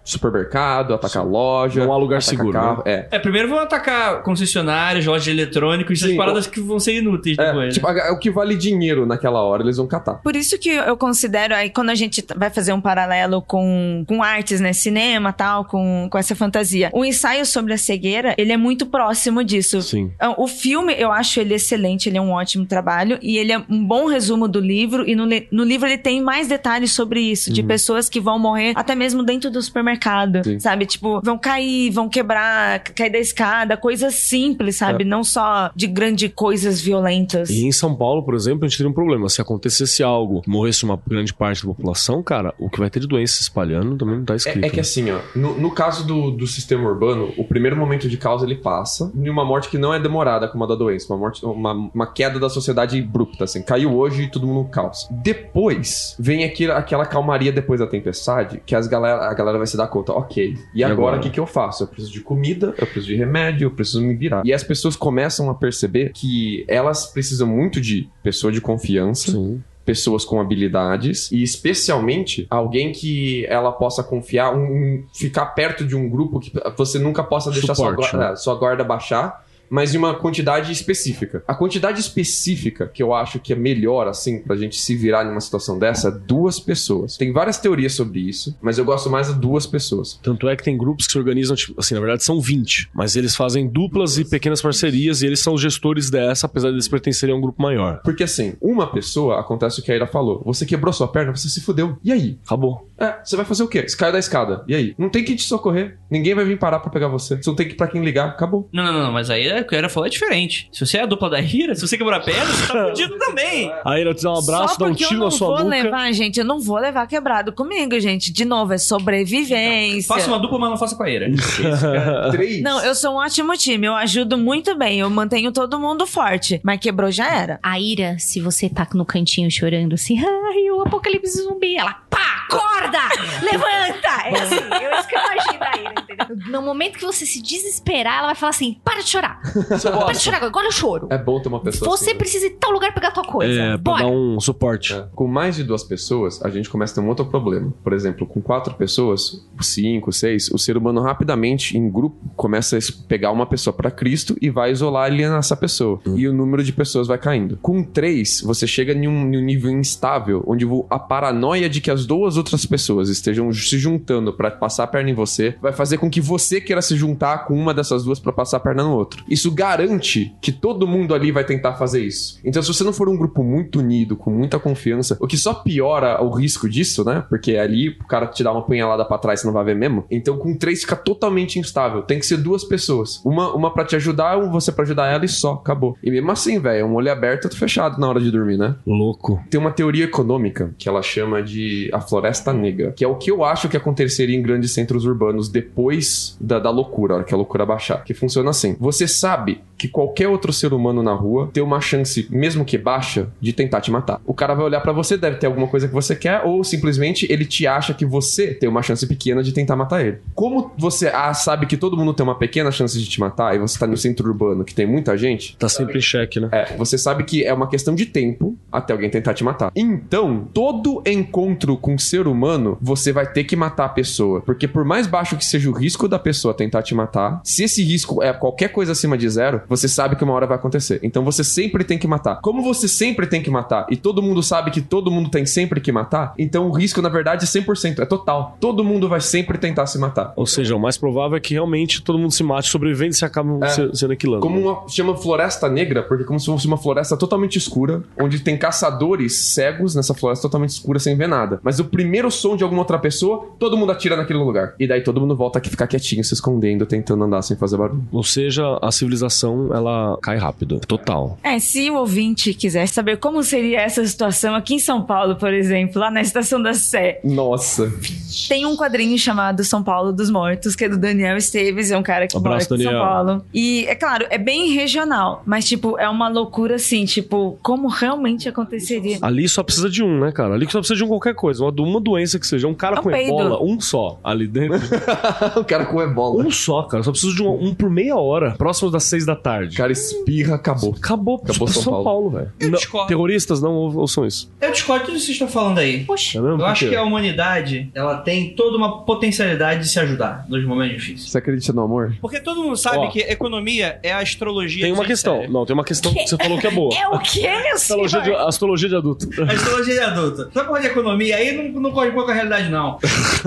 Speaker 2: supermercado, atacar loja.
Speaker 5: Não há lugar
Speaker 2: atacar
Speaker 5: seguro,
Speaker 2: carro.
Speaker 5: né?
Speaker 2: É.
Speaker 1: É, primeiro vão atacar concessionárias, lojas de eletrônicos, essas
Speaker 2: Sim,
Speaker 1: paradas que vão ser inúteis
Speaker 2: É,
Speaker 1: depois.
Speaker 2: tipo,
Speaker 1: né?
Speaker 2: a- o que vale dinheiro naquela hora, eles vão catar.
Speaker 3: Por isso que eu considero, aí quando a gente t- vai fazer um paralelo com, com artes, né, cinema tal, com, com essa fantasia. O ensaio sobre a cegueira, ele é muito próximo disso.
Speaker 5: Sim.
Speaker 3: O filme, eu acho ele excelente, ele é um ótimo trabalho e ele é um bom resumo do livro e no, li- no livro ele tem mais detalhes sobre isso, de pessoas que vão morrer até mesmo dentro do supermercado,
Speaker 2: Sim.
Speaker 3: sabe? Tipo, vão cair, vão quebrar, cair da escada, coisas simples, sabe? Não só de grandes coisas violentas.
Speaker 5: E em São Paulo, por exemplo, a gente teria um problema. Se acontecesse algo, morresse uma grande parte da população, cara, o que vai ter de doença se espalhando também não tá escrito.
Speaker 2: É, é que
Speaker 5: né?
Speaker 2: assim, ó, no, no caso do, do sistema urbano, o primeiro momento de causa ele passa em uma morte que não é demorada como a da doença, uma morte, uma, uma queda da sociedade abrupta, assim, caiu hoje e todo mundo no caos. Depois vem aqui, aquela calmaria depois da tempestade, que as galera, a galera vai se dar conta, ok, e agora
Speaker 5: agora?
Speaker 2: o que, que eu faço? Eu preciso de comida, eu preciso de remédio, eu preciso me virar. E as pessoas começam a perceber que elas precisam muito de pessoa de confiança,
Speaker 5: Sim.
Speaker 2: pessoas com habilidades e especialmente alguém que ela possa confiar, um, um- ficar perto de um grupo que você nunca possa deixar sua
Speaker 5: Suporte,
Speaker 2: guarda,
Speaker 5: né?
Speaker 2: é, sua guarda baixar, mas em uma quantidade específica. A quantidade específica que eu acho que é melhor, assim, pra gente se virar numa situação dessa, é duas pessoas. Tem várias teorias sobre isso, mas eu gosto mais de duas pessoas.
Speaker 5: Tanto é que tem grupos que se organizam, tipo, assim, na verdade são vinte, mas eles fazem duplas e pequenas parcerias e eles são os gestores dessa, apesar de eles pertencerem a um grupo maior.
Speaker 2: Porque assim, uma pessoa, acontece o que a Ira falou, você quebrou sua perna, você se fudeu. E aí?
Speaker 5: Acabou.
Speaker 2: É, você vai fazer o quê? Você caiu da escada. E aí? Não tem que te socorrer. Ninguém vai vir parar pra pegar você. Você não tem que ir pra quem ligar. Acabou.
Speaker 1: Não, não, não, mas aí o que a Ira falou é diferente. Se você é a dupla da Ira, se você quebrou a perna, você tá fudido também.
Speaker 5: Aí ela te dá um abraço,
Speaker 3: Só
Speaker 5: dá um
Speaker 3: porque eu
Speaker 5: tiro
Speaker 3: não
Speaker 5: na sua
Speaker 3: vou
Speaker 5: nuca.
Speaker 3: levar, gente, eu não vou levar quebrado comigo, gente. De novo, é sobrevivência.
Speaker 1: Faça uma dupla, mas não faça com a Ira.
Speaker 2: Três.
Speaker 3: Não, eu sou um ótimo time, eu ajudo muito bem, eu mantenho todo mundo forte. Mas quebrou, já era.
Speaker 4: A Ira, se você tá no cantinho chorando assim, ai, o apocalipse zumbi, ela, pá, acorda, levanta. É assim, eu isso que eu imagino a Ira, entendeu? No momento que você se desesperar, ela vai falar assim, para de chorar. Para de chorar, agora eu choro.
Speaker 2: É bom ter uma pessoa
Speaker 4: Você
Speaker 2: assim, né?
Speaker 4: precisa ir em tal lugar pegar tua coisa.
Speaker 5: É, pra
Speaker 4: Bora.
Speaker 5: dar um suporte.
Speaker 2: É. Com mais de duas pessoas, a gente começa a ter um outro problema. Por exemplo, com quatro pessoas, cinco, seis, o ser humano rapidamente, em grupo, começa a es- pegar uma pessoa pra Cristo e vai isolar ali nessa pessoa. E o número de pessoas vai caindo. Com três, você chega em um, em um nível instável, onde o- a paranoia de que as duas outras pessoas estejam se juntando pra passar a perna em você, vai fazer com que você queira se juntar com uma dessas duas pra passar a perna no outro. Isso garante que todo mundo ali vai tentar fazer isso. Então, se você não for um grupo muito unido, com muita confiança, o que só piora o risco disso, né? Porque ali o cara te dá uma punhalada pra trás, você não vai ver mesmo. Então, com três fica totalmente instável. Tem que ser duas pessoas. Uma, uma pra te ajudar, um você pra ajudar ela e só, acabou. E mesmo assim, velho, um olho aberto, outro fechado na hora de dormir, né?
Speaker 5: Louco.
Speaker 2: Tem uma teoria econômica que ela chama de a floresta negra, que é o que eu acho que aconteceria em grandes centros urbanos depois da, da loucura, a hora que a loucura baixar. Que funciona assim. Você sabe que qualquer outro ser humano na rua tem uma chance, mesmo que baixa, de tentar te matar. O cara vai olhar pra você, deve ter alguma coisa que você quer, ou simplesmente ele te acha que você tem uma chance pequena de tentar matar ele. Como você ah, sabe que todo mundo tem uma pequena chance de te matar, e você tá no centro urbano que tem muita gente,
Speaker 5: Tá sempre em xeque, né?
Speaker 2: é, você sabe que é uma questão de tempo até alguém tentar te matar. Então, todo encontro com um ser humano, você vai ter que matar a pessoa. Porque por mais baixo que seja o risco da pessoa tentar te matar, se esse risco é qualquer coisa acima de zero, você sabe que uma hora vai acontecer. Então você sempre tem que matar. Como você sempre tem que matar, e todo mundo sabe que todo mundo tem sempre que matar, então o risco, na verdade, é cem por cento, é total. Todo mundo vai sempre tentar se matar.
Speaker 5: Ou seja, o mais provável é que realmente todo mundo se mate, sobrevivendo e se acabam
Speaker 2: É.
Speaker 5: se, se aniquilando.
Speaker 2: Como uma, chama floresta negra, porque é como se fosse uma floresta totalmente escura, onde tem caçadores cegos nessa floresta totalmente escura, sem ver nada. Mas o primeiro som de alguma outra pessoa, todo mundo atira naquele lugar. E daí todo mundo volta aqui ficar quietinho, se escondendo, tentando andar sem fazer barulho.
Speaker 5: Ou seja, a civilização, ela cai rápido. Total.
Speaker 3: É, se o ouvinte quiser saber como seria essa situação aqui em São Paulo, por exemplo, lá na Estação da Sé,
Speaker 2: Nossa.
Speaker 3: tem um quadrinho chamado São Paulo dos Mortos, que é do Daniel Esteves, é um cara que
Speaker 5: Abraço,
Speaker 3: mora aqui em São
Speaker 5: Daniel.
Speaker 3: Paulo. E, é claro, é bem regional, mas, tipo, é uma loucura, assim, tipo, como realmente aconteceria.
Speaker 5: Ali só precisa de um, né, cara? Ali só precisa de um qualquer coisa. Uma, uma doença que seja. Um cara
Speaker 3: É um
Speaker 5: com
Speaker 3: peido.
Speaker 5: ebola, um só ali dentro.
Speaker 2: O cara com ebola.
Speaker 5: Um só, cara. Só precisa de um, um por meia hora. Próximo das seis da tarde.
Speaker 2: Cara, espirra, acabou.
Speaker 5: Acabou,
Speaker 2: Acabou São
Speaker 5: São
Speaker 2: Paulo.
Speaker 5: Paulo, velho.
Speaker 1: Eu
Speaker 5: Não,
Speaker 1: discordo.
Speaker 5: terroristas não ou- ouçam isso.
Speaker 1: Eu discordo de tudo isso que vocês estão falando aí.
Speaker 4: Poxa.
Speaker 5: É mesmo?
Speaker 1: Eu
Speaker 5: Por
Speaker 1: acho
Speaker 5: quê?
Speaker 1: que a humanidade, ela tem toda uma potencialidade de se ajudar nos momentos difíceis.
Speaker 2: Você acredita no amor?
Speaker 1: Porque todo mundo sabe
Speaker 5: Ó.
Speaker 1: que economia é a astrologia
Speaker 5: Tem
Speaker 1: de
Speaker 5: uma
Speaker 1: gente
Speaker 5: questão.
Speaker 1: séria.
Speaker 5: Não, tem uma questão que você falou que é boa.
Speaker 3: É o quê, meu
Speaker 5: Astrologia de,
Speaker 3: senhor?
Speaker 5: astrologia de adulto.
Speaker 1: A astrologia de adulta. Só por de economia aí não, não corre com a realidade, não.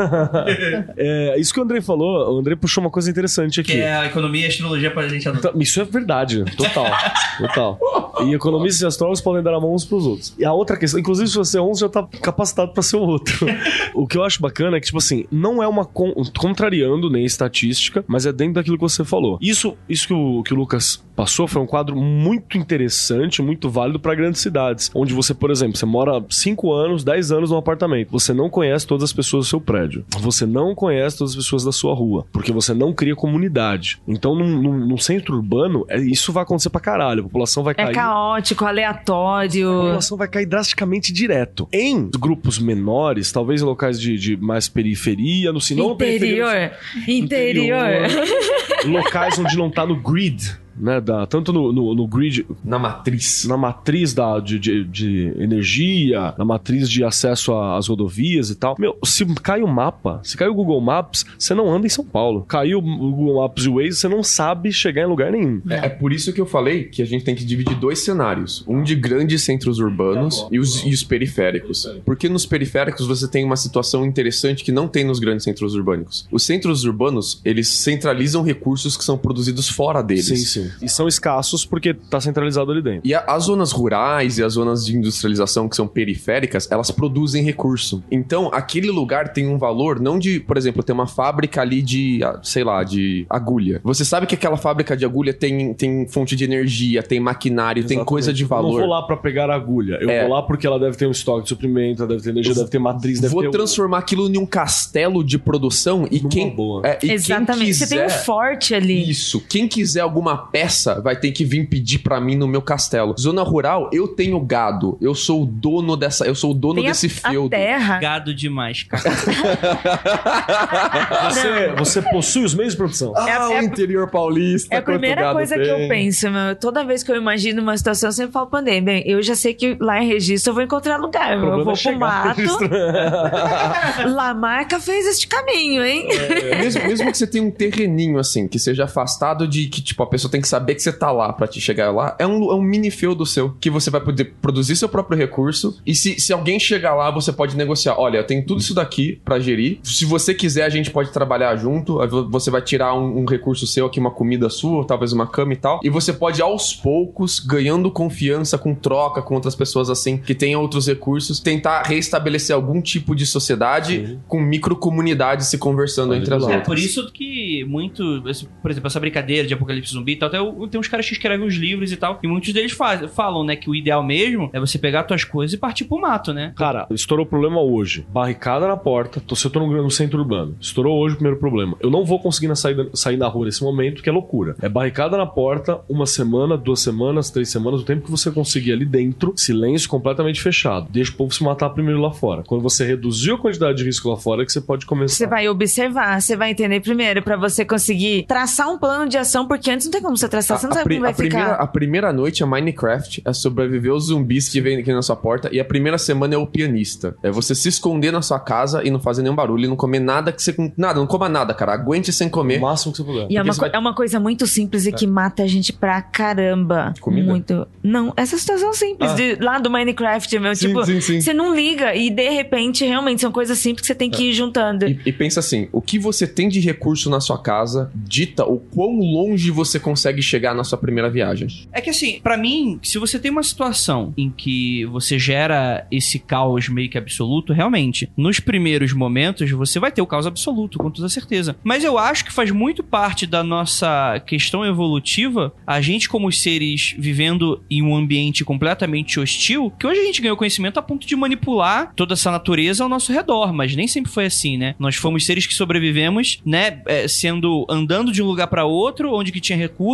Speaker 5: É, isso que o Andrei falou, o Andrei puxou uma coisa interessante aqui.
Speaker 1: Que é a economia e a astrologia para gente adulta.
Speaker 5: Então, isso é verdade, total. Total. E economistas e astrólogos podem dar a mão uns pros outros. E a outra questão, inclusive se você é um, você já tá capacitado pra ser o outro. O que eu acho bacana é que, tipo assim, não é uma con- contrariando nem estatística, mas é dentro daquilo que você falou. Isso, isso que, o, que o Lucas passou foi um quadro muito interessante, muito válido pra grandes cidades. Onde você, por exemplo, você mora cinco anos, dez anos num apartamento. Você não conhece todas as pessoas do seu prédio. Você não conhece todas as pessoas da sua rua. Porque você não cria comunidade. Então, num, num, num centro urbano, é, isso vai acontecer pra caralho. A população vai
Speaker 3: É
Speaker 5: cair.
Speaker 3: caótico,
Speaker 5: A
Speaker 3: aleatório.
Speaker 5: população vai cair drasticamente direto. Em grupos menores, talvez em locais de, de mais periferia, no não periferia,
Speaker 3: Interior. Interior.
Speaker 5: locais onde não tá no grid, né? Da, tanto no, no, no grid,
Speaker 2: Na matriz.
Speaker 5: na matriz da, de, de, de energia, na matriz de acesso às rodovias e tal. Meu, se cai o mapa, se cai o Google Maps, você não anda em São Paulo. Caiu o Google Maps e o Waze, você não sabe chegar em lugar nenhum.
Speaker 2: É, é por isso que eu falei que a gente tem que dividir dois cenários. Um de grandes centros urbanos e os, e os periféricos. Porque nos periféricos você tem uma situação interessante que não tem nos grandes centros urbanos. Os centros urbanos, eles centralizam recursos que são produzidos fora deles.
Speaker 5: Sim, sim. E são escassos porque tá centralizado ali dentro.
Speaker 2: E a- as zonas rurais e as zonas de industrialização que são periféricas, elas produzem recurso. Então, aquele lugar tem um valor, não de, por exemplo, ter uma fábrica ali de, ah, sei lá, de agulha. Você sabe que aquela fábrica de agulha tem, tem fonte de energia, tem maquinário, tem
Speaker 5: Exatamente.
Speaker 2: coisa de
Speaker 5: Eu não
Speaker 2: valor.
Speaker 5: vou lá pra pegar a agulha. Eu
Speaker 2: É.
Speaker 5: vou lá porque ela deve ter um estoque de suprimento, ela deve ter energia, deve ter matriz, deve
Speaker 2: Vou
Speaker 5: ter...
Speaker 2: transformar aquilo em um castelo de produção e
Speaker 5: Numa
Speaker 2: quem
Speaker 5: boa.
Speaker 2: é, e
Speaker 3: Exatamente.
Speaker 2: quem
Speaker 3: Você tem um
Speaker 2: quiser,
Speaker 3: forte ali.
Speaker 2: isso, quem quiser alguma peça vai ter que vir pedir pra mim no meu castelo. Zona rural, eu tenho gado, eu sou o dono dessa, eu sou o dono
Speaker 3: Tem a,
Speaker 2: desse
Speaker 3: a
Speaker 2: feudo.
Speaker 3: terra.
Speaker 1: Gado demais, cara.
Speaker 5: Você, você possui os meios de produção.
Speaker 2: Ah,
Speaker 3: É-
Speaker 2: o
Speaker 3: é-
Speaker 2: interior paulista.
Speaker 3: É a
Speaker 2: quanto
Speaker 3: primeira
Speaker 2: gado
Speaker 3: coisa que
Speaker 2: tem.
Speaker 3: eu penso, meu. Toda vez que eu imagino uma situação, eu sempre falo pra Ney, bem, eu já sei que lá em Registro eu vou encontrar lugar,
Speaker 5: O
Speaker 3: meu. Eu
Speaker 5: problema
Speaker 3: vou
Speaker 5: é
Speaker 3: pro
Speaker 5: chegar.
Speaker 3: mato. Lamarca fez este caminho, hein?
Speaker 2: Mesmo, mesmo que você tenha um terreninho assim, que seja afastado de que, tipo, a pessoa tem que saber que você tá lá pra te chegar lá, é um, é um mini feudo seu, que você vai poder produzir seu próprio recurso, e se, se alguém chegar lá, você pode negociar, olha, eu tenho tudo isso daqui pra gerir, se você quiser a gente pode trabalhar junto, aí vo- você vai tirar um, um recurso seu aqui, uma comida sua, ou talvez uma cama e tal, e você pode aos poucos, ganhando confiança com troca com outras pessoas assim, que tenham outros recursos, tentar reestabelecer algum tipo de sociedade com microcomunidades se conversando
Speaker 5: Pode
Speaker 2: entre as
Speaker 5: ir lá.
Speaker 1: É
Speaker 2: outras.
Speaker 1: por isso que muito, esse- por exemplo, essa brincadeira de apocalipse zumbi e tal, até o- tem uns caras que escrevem uns livros e tal, e muitos deles faz, falam, né, que o ideal mesmo é você pegar tuas coisas e partir pro mato, né?
Speaker 5: Cara, estourou o problema hoje. Barricada na porta. Tô, se eu tô no, no centro urbano. Estourou hoje o primeiro problema. Eu não vou conseguir na saída, sair na rua nesse momento, que é loucura. É barricada na porta, uma semana, duas semanas, três semanas, o tempo que você conseguir ali dentro, silêncio completamente fechado. Deixa o povo se matar primeiro lá fora. Quando você reduziu a quantidade de risco lá fora, é que você pode começar.
Speaker 3: Você vai observar, você vai entender primeiro, pra você conseguir traçar um plano de ação, porque antes não tem como você traçar, você não sabe
Speaker 2: pri-
Speaker 3: como vai
Speaker 2: a primeira,
Speaker 3: ficar.
Speaker 2: a primeira noite é Minecraft, é sobreviver aos zumbis que vêm aqui na sua porta, e a primeira semana é o pianista. É você se esconder na sua casa e não fazer nenhum barulho, e não comer nada que você... Nada, não coma nada, cara. Aguente sem
Speaker 5: O
Speaker 2: comer.
Speaker 5: máximo que você puder.
Speaker 3: E é
Speaker 2: porque
Speaker 3: uma,
Speaker 2: você
Speaker 3: co-
Speaker 2: vai-
Speaker 3: é uma coisa muito simples e que mata a gente pra caramba.
Speaker 2: Comida?
Speaker 3: Muito. Não, essa situação simples
Speaker 2: Ah.
Speaker 3: de, lá do Minecraft, meu.
Speaker 2: Sim,
Speaker 3: tipo,
Speaker 2: sim, sim.
Speaker 3: você não liga e de repente, realmente, são coisas simples que você tem que ir juntando.
Speaker 2: E, e pensa assim, o que você tem de recurso na sua casa dita o quão longe você consegue chegar na sua primeira viagem.
Speaker 1: É que assim, pra mim, se você tem uma situação em que você gera esse caos meio que absoluto, realmente, nos primeiros momentos você vai ter o caos absoluto, com toda certeza. Mas eu acho que faz muito parte da nossa questão evolutiva, a gente como seres vivendo em um ambiente completamente hostil, que hoje a gente ganhou conhecimento a ponto de manipular toda essa natureza ao nosso redor, mas nem sempre foi assim, né? Nós fomos seres que sobrevivemos, né, é, sendo, andando de um lugar pra outro, onde que tinha recursos,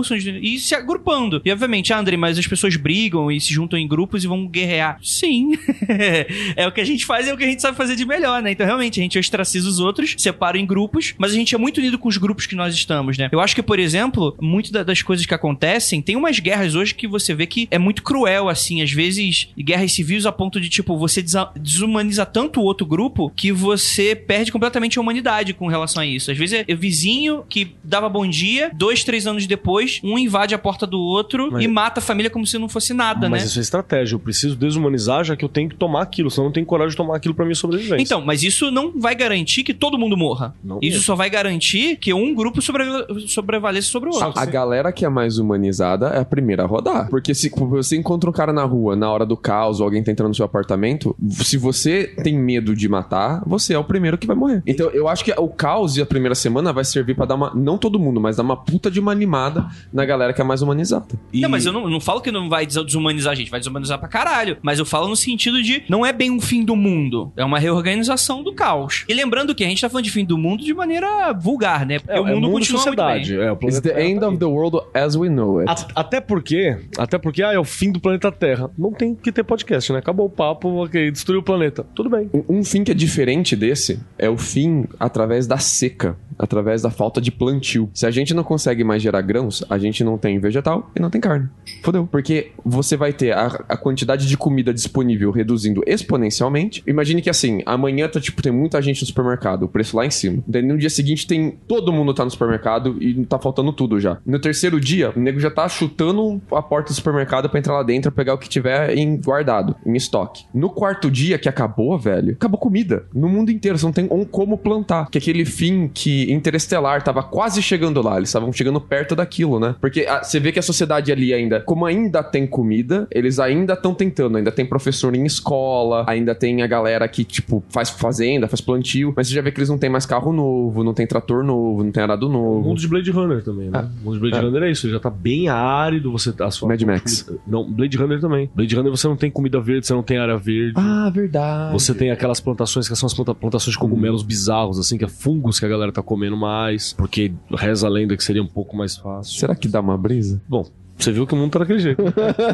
Speaker 1: expulsam e se agrupando. E obviamente, ah, André, mas as pessoas brigam e se juntam em grupos e vão guerrear. Sim. É o que a gente faz, é o que a gente sabe fazer de melhor, né? Então, realmente, a gente ostraciza os outros, separa em grupos, mas a gente é muito unido com os grupos que nós estamos, né? Eu acho que, por exemplo, muito da, das coisas que acontecem, tem umas guerras hoje que você vê que é muito cruel, assim, às vezes, guerras civis a ponto de, tipo, você desa- desumaniza tanto o outro grupo que você perde completamente a humanidade com relação a isso. Às vezes é o vizinho que dava bom dia, dois, três anos depois, um invade a porta do outro
Speaker 5: mas...
Speaker 1: e mata a família como se não fosse nada,
Speaker 5: mas
Speaker 1: né?
Speaker 5: Mas isso é estratégia. Eu preciso desumanizar já que eu tenho que tomar aquilo, senão eu não tenho coragem de tomar aquilo pra minha sobrevivência.
Speaker 1: Então, mas isso não vai garantir que todo mundo morra.
Speaker 5: Não
Speaker 1: isso
Speaker 5: mesmo.
Speaker 1: só vai garantir que um grupo sobre... sobrevaleça sobre o outro.
Speaker 2: A, a galera que é mais humanizada é a primeira a rodar. Porque se você encontra um cara na rua, na hora do caos, ou alguém tá entrando no seu apartamento, se você tem medo de matar, você é o primeiro que vai morrer. Então, eu acho que o caos e a primeira semana vai servir pra dar uma... Não todo mundo, mas dar uma puta de uma animada na galera que é mais humanizada.
Speaker 1: E... Não, mas eu não, eu não falo que não vai desumanizar a gente, vai desumanizar pra caralho. Mas eu falo no sentido de não é bem um fim do mundo, é uma reorganização do caos. E lembrando que a gente tá falando de fim do mundo de maneira vulgar, né? Porque
Speaker 5: é,
Speaker 1: o mundo
Speaker 5: é
Speaker 1: continua
Speaker 5: sociedade.
Speaker 1: muito bem.
Speaker 5: É, o
Speaker 2: It's the end of the world as we know it.
Speaker 5: A- até porque, até porque, ah, é o fim do planeta Terra. Não tem que ter podcast, né? Acabou o papo, ok, destruiu o planeta. Tudo bem.
Speaker 2: Um, um fim que é diferente desse é o fim através da seca, através da falta de plantio. Se a gente não consegue mais gerar grãos, a gente não tem vegetal e não tem carne. Fodeu. Porque você vai ter a, a quantidade de comida disponível reduzindo exponencialmente. Imagine que assim, amanhã tá, tipo, tem muita gente no supermercado, o preço lá em cima. Daí no dia seguinte tem... Todo mundo tá no supermercado e tá faltando tudo já. No terceiro dia, o nego já tá chutando a porta do supermercado pra entrar lá dentro, pegar o que tiver em guardado, em estoque. No quarto dia que acabou, velho, acabou comida. No mundo inteiro, você não tem um como plantar. Que aquele fim que Interestelar tava quase chegando lá, eles estavam chegando perto daquilo, né? Porque a, você vê que a sociedade ali ainda, como ainda tem comida, eles ainda estão tentando, ainda tem professor em escola, ainda tem a galera que, tipo, faz fazenda, faz plantio, mas você já vê que eles não tem mais carro novo, não tem trator novo, não tem arado
Speaker 5: O
Speaker 2: novo.
Speaker 5: mundo de Blade Runner também, né?
Speaker 2: Ah.
Speaker 5: O mundo de Blade
Speaker 2: Ah.
Speaker 5: Runner é isso, ele já tá bem árido, você... A sua
Speaker 2: Mad Max.
Speaker 5: Não, Blade Runner também. Blade Runner você não tem comida verde, você não tem área verde.
Speaker 2: Ah, verdade.
Speaker 5: Você tem aquelas plantações que são as planta- plantações de cogumelos bizarros, assim, que é fungos que a galera tá comendo mais, porque reza a lenda que seria um pouco mais fácil.
Speaker 2: Será que dá uma brisa?
Speaker 5: Bom, você viu que o mundo tá daquele jeito.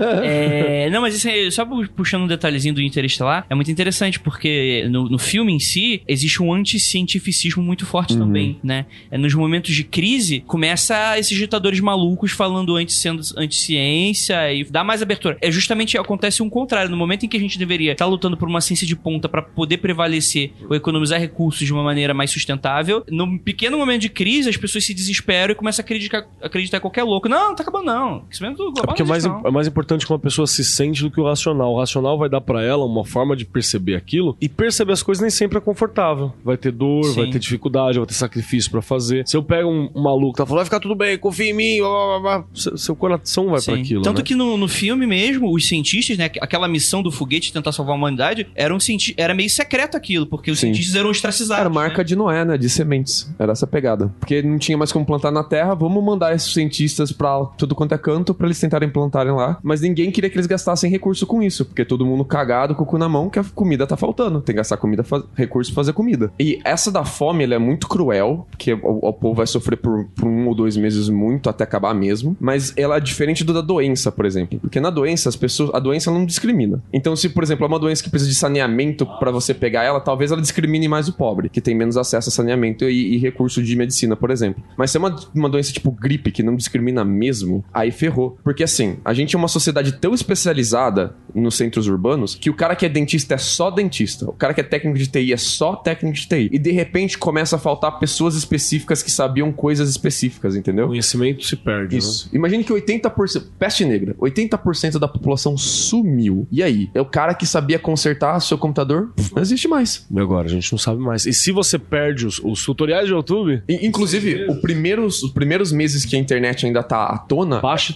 Speaker 1: É, não, mas isso aí, só puxando um detalhezinho do Interestelar, é muito interessante, porque no, no filme em si, existe um anticientificismo muito forte
Speaker 2: Uhum.
Speaker 1: também, né? É, nos momentos de crise, começa esses ditadores malucos falando anti, anti-ciência e dá mais abertura. É justamente, acontece um contrário. No momento em que a gente deveria estar lutando por uma ciência de ponta para poder prevalecer ou economizar recursos de uma maneira mais sustentável, no pequeno momento de crise, as pessoas se desesperam e começam a acreditar, acreditar em qualquer louco. Não, tá acabando não. Aquecimento global
Speaker 5: É porque é
Speaker 1: não
Speaker 5: mais,
Speaker 1: existe, não.
Speaker 5: é mais importante que uma pessoa se sente do que o racional. O racional vai dar pra ela uma forma de perceber aquilo, e perceber as coisas nem sempre é confortável. Vai ter dor,
Speaker 1: Sim.
Speaker 5: vai ter dificuldade, vai ter sacrifício pra fazer. Se eu pego um, um maluco que tá falando, vai ficar tudo bem, confia em mim, blá, blá, blá, seu, seu coração vai
Speaker 1: Sim.
Speaker 5: pra aquilo.
Speaker 1: Tanto
Speaker 5: né?
Speaker 1: que no, no filme mesmo, os cientistas, né, aquela missão do foguete de tentar salvar a humanidade, era, um cienti- era meio secreto aquilo, porque os
Speaker 2: Sim.
Speaker 1: cientistas eram ostracizados.
Speaker 2: Era marca
Speaker 1: né?
Speaker 2: de Noé, né? De sementes. Era essa pegada. Porque não tinha mais como plantar na terra, vamos mandar esses cientistas pra tudo quanto é canto pra eles tentarem plantarem lá. Mas ninguém queria que eles gastassem recurso com isso, porque todo mundo cagado com o cu na mão que a comida tá faltando. Tem que gastar comida, faz... recurso pra fazer comida. E essa da fome, ela é muito cruel, porque o, o povo vai sofrer por, por um ou dois meses muito até acabar mesmo. Mas ela é diferente do da doença, por exemplo. Porque na doença, as pessoas, a doença ela não discrimina. Então, se, por exemplo, é uma doença que precisa de saneamento pra você pegar ela, talvez ela discrimine mais o pobre, que tem menos acesso a saneamento e, e recurso de medicina, por exemplo. Mas se é uma, uma doença tipo gripe, que não discrimina mesmo, aí ferrou. Porque assim, a gente é uma sociedade tão especializada nos centros urbanos que o cara que é dentista é só dentista. O cara que é técnico de T I é só técnico de T I. E de repente começa a faltar pessoas específicas que sabiam coisas específicas, entendeu?
Speaker 5: O conhecimento se perde.
Speaker 2: Isso. Imagine que oitenta por cento... Peste negra. oitenta por cento da população sumiu. E aí? É o cara que sabia consertar seu computador? Não existe mais.
Speaker 5: Né? E agora, a gente não sabe mais. E se você perde os, os tutoriais de YouTube,
Speaker 2: E, inclusive, o primeiros, os primeiros meses que a internet ainda tá à tona,
Speaker 5: baixe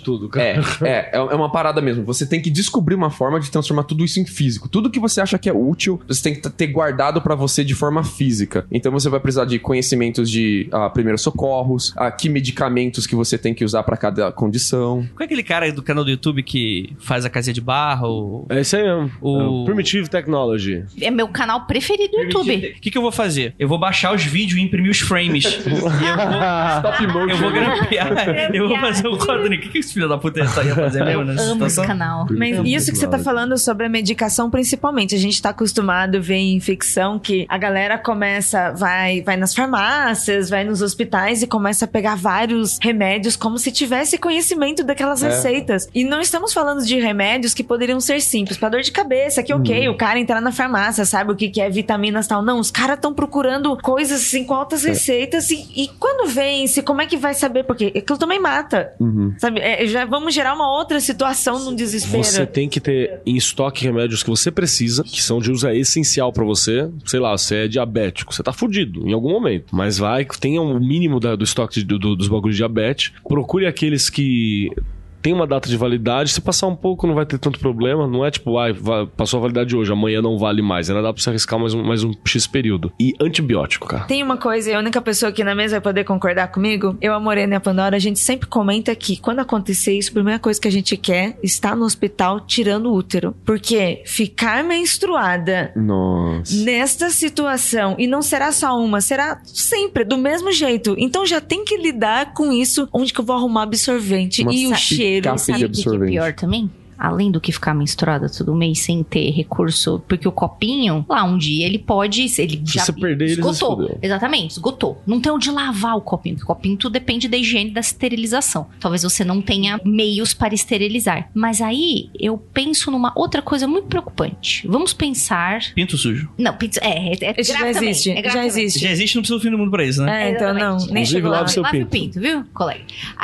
Speaker 5: tudo, cara.
Speaker 2: É, é, é uma parada mesmo. Você tem que descobrir uma forma de transformar tudo isso em físico. Tudo que você acha que é útil, você tem que ter guardado pra você de forma física. Então você vai precisar de conhecimentos de uh, primeiros socorros, uh, que medicamentos que você tem que usar pra cada condição.
Speaker 1: Qual é aquele cara do canal do YouTube que faz a casinha de barro? Ou...
Speaker 5: É isso aí mesmo.
Speaker 1: O-
Speaker 5: É Primitive Technology.
Speaker 4: É meu canal preferido do YouTube.
Speaker 1: O que, que eu vou fazer? Eu vou baixar os vídeos e imprimir os frames. e eu vou...
Speaker 2: Stop motion.
Speaker 1: Eu vou grampear. Eu vou fazer um quadrinho. O que, que esse filho da puta ia fazer mesmo
Speaker 4: Eu
Speaker 1: nessa
Speaker 4: amo esse
Speaker 1: situação?
Speaker 4: canal.
Speaker 3: Mas isso que você tá falando sobre a medicação, principalmente. A gente tá acostumado a ver em ficção que a galera começa, vai, vai nas farmácias, vai nos hospitais e começa a pegar vários remédios como se tivesse conhecimento daquelas
Speaker 2: É.
Speaker 3: receitas. E não estamos falando de remédios que poderiam ser simples. Pra dor de cabeça, que ok, o cara entrar na farmácia, sabe o que, que é vitaminas e tal. Não, os caras estão procurando coisas assim com altas receitas e, e quando vence, como é que vai saber? Porque aquilo também mata.
Speaker 2: Uhum.
Speaker 3: Sabe? É, já vamos gerar uma outra situação num desespero.
Speaker 5: Você tem que ter em estoque remédios que você precisa, que são de uso essencial pra você. Sei lá, você é diabético, você tá fudido em algum momento. Mas vai, tenha o mínimo da- do estoque de- do- dos bagulhos de diabetes. Procure aqueles que tem uma data de validade. Se passar um pouco, não vai ter tanto problema. Não é tipo, ah, va- passou a validade hoje, amanhã não vale mais. Ainda dá pra você arriscar mais um, mais um X período. E antibiótico, cara.
Speaker 3: Tem uma coisa, e a única pessoa aqui na mesa vai poder concordar comigo. Eu, a Morena e a Pandora, a gente sempre comenta que quando acontecer isso, a primeira coisa que a gente quer é estar no hospital tirando o útero. Porque ficar menstruada
Speaker 2: Nossa.
Speaker 3: nesta situação, e não será só uma, será sempre do mesmo jeito. Então já tem que lidar com isso, onde que eu vou arrumar absorvente
Speaker 2: Uma
Speaker 3: e o
Speaker 2: picape
Speaker 3: cheiro.
Speaker 2: de
Speaker 4: Sabe o que, que é
Speaker 2: absorvente.
Speaker 4: pior também? Além do que ficar menstruada todo mês sem ter recurso, porque o copinho, lá um dia ele pode, ele
Speaker 5: Se
Speaker 4: já
Speaker 5: você perder ele, você se
Speaker 4: esgotou.
Speaker 5: fudeu.
Speaker 4: Exatamente, esgotou. Não tem onde lavar o copinho, porque o copinho tudo depende da higiene, da esterilização. Talvez você não tenha meios para esterilizar. Mas aí eu penso numa outra coisa muito preocupante. Vamos pensar...
Speaker 1: Pinto sujo.
Speaker 4: Não, pizza, é, é, é
Speaker 3: Isso já
Speaker 4: grave também,
Speaker 3: existe,
Speaker 4: é grave
Speaker 3: já
Speaker 4: também.
Speaker 3: existe.
Speaker 1: Já existe, não precisa do fim do mundo pra isso, né?
Speaker 3: É, então não,
Speaker 4: Exatamente.
Speaker 3: nem
Speaker 5: Inclusive,
Speaker 3: chegou lá.
Speaker 5: lave seu
Speaker 4: Lave o
Speaker 5: pinto.
Speaker 4: pinto, viu, colega?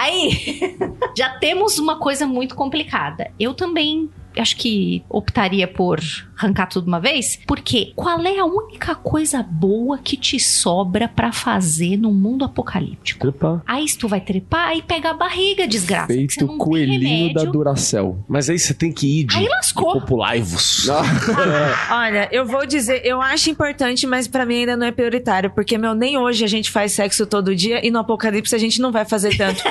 Speaker 4: Aí, já temos uma coisa muito complicada. Eu também acho que optaria por arrancar tudo de uma vez, porque qual é a única coisa boa que te sobra pra fazer no mundo apocalíptico?
Speaker 5: Trepar.
Speaker 4: Aí se tu vai trepar e pega a barriga, desgraça. que você
Speaker 2: Feito
Speaker 4: não tem
Speaker 2: coelhinho da
Speaker 4: remédio.
Speaker 2: Duracell.
Speaker 5: Mas aí você tem que ir de
Speaker 4: Aí lascou.
Speaker 5: populaivos.
Speaker 3: Olha, eu vou dizer, eu acho importante, mas pra mim ainda não é prioritário, porque, meu, nem hoje a gente faz sexo todo dia e no apocalipse a gente não vai fazer tanto.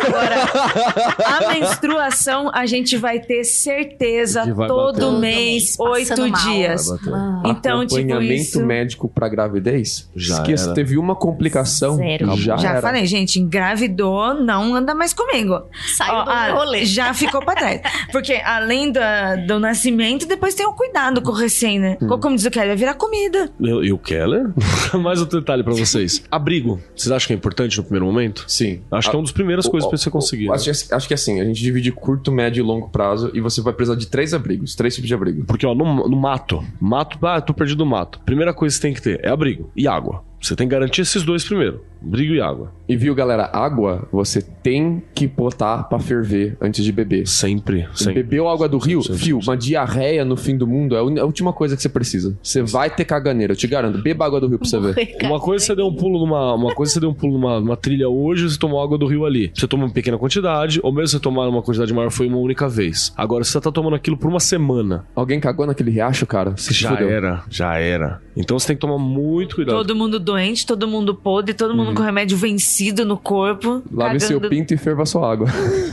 Speaker 3: Agora, a menstruação a gente vai ter certeza
Speaker 5: Que vai
Speaker 3: todo
Speaker 5: bater.
Speaker 3: mês,
Speaker 4: Todo mês,
Speaker 3: oito
Speaker 4: passando mal.
Speaker 3: dias.
Speaker 5: Vai bater.
Speaker 4: Ah,
Speaker 3: Então, tipo,
Speaker 2: Acompanhamento
Speaker 3: isso...
Speaker 2: médico pra gravidez?
Speaker 5: Já
Speaker 2: Esqueça,
Speaker 5: era.
Speaker 2: teve uma complicação.
Speaker 4: Zero.
Speaker 2: Já,
Speaker 3: Já
Speaker 2: era.
Speaker 3: falei, gente, engravidou, não anda mais comigo.
Speaker 4: Saiu
Speaker 3: Ó,
Speaker 4: do
Speaker 3: ah,
Speaker 4: rolê.
Speaker 3: já ficou pra trás. Porque além da- do nascimento, depois tem o cuidado com o recém, né?
Speaker 2: Hum.
Speaker 3: Como diz o Kelly, vai virar comida.
Speaker 5: Eu- E o Keller? Mais outro detalhe pra vocês. Abrigo. Vocês acham que é importante no primeiro momento?
Speaker 2: Sim.
Speaker 5: Acho que é uma das primeiras coisas pra você conseguir.
Speaker 2: Acho, que- acho que assim, a gente divide curto, médio e longo prazo e você vai precisar de três abrigos, três tipos de abrigo.
Speaker 5: Porque, ó, no, no mato, mato, ah, tô perdido no mato. Primeira coisa que você tem que ter é abrigo e água. Você tem que garantir esses dois primeiro. Abrigo e água.
Speaker 2: E viu, galera, água você tem que botar pra ferver antes de beber.
Speaker 5: Sempre, sempre.
Speaker 2: Bebeu água do rio?
Speaker 5: Sempre,
Speaker 2: Fio,
Speaker 5: sempre.
Speaker 2: uma diarreia no fim do mundo é a uni- a última coisa que você precisa. Você vai ter caganeira, eu te garanto. Beba água do rio pra você ver.
Speaker 5: Uma coisa você deu um pulo numa, uma coisa você deu um pulo numa, numa trilha hoje, você tomou água do rio ali. Você toma uma pequena quantidade, ou mesmo você tomar uma quantidade maior foi uma única vez. Agora você tá tomando aquilo por uma semana.
Speaker 2: Alguém cagou naquele riacho, cara? Você se
Speaker 5: Já
Speaker 2: fudeu.
Speaker 5: era, já era. Então você tem que tomar muito cuidado.
Speaker 3: Todo mundo doente, todo mundo podre, todo mundo com remédio vencido no corpo.
Speaker 2: Lave seu
Speaker 3: cagando.
Speaker 2: pinto e ferva sua água.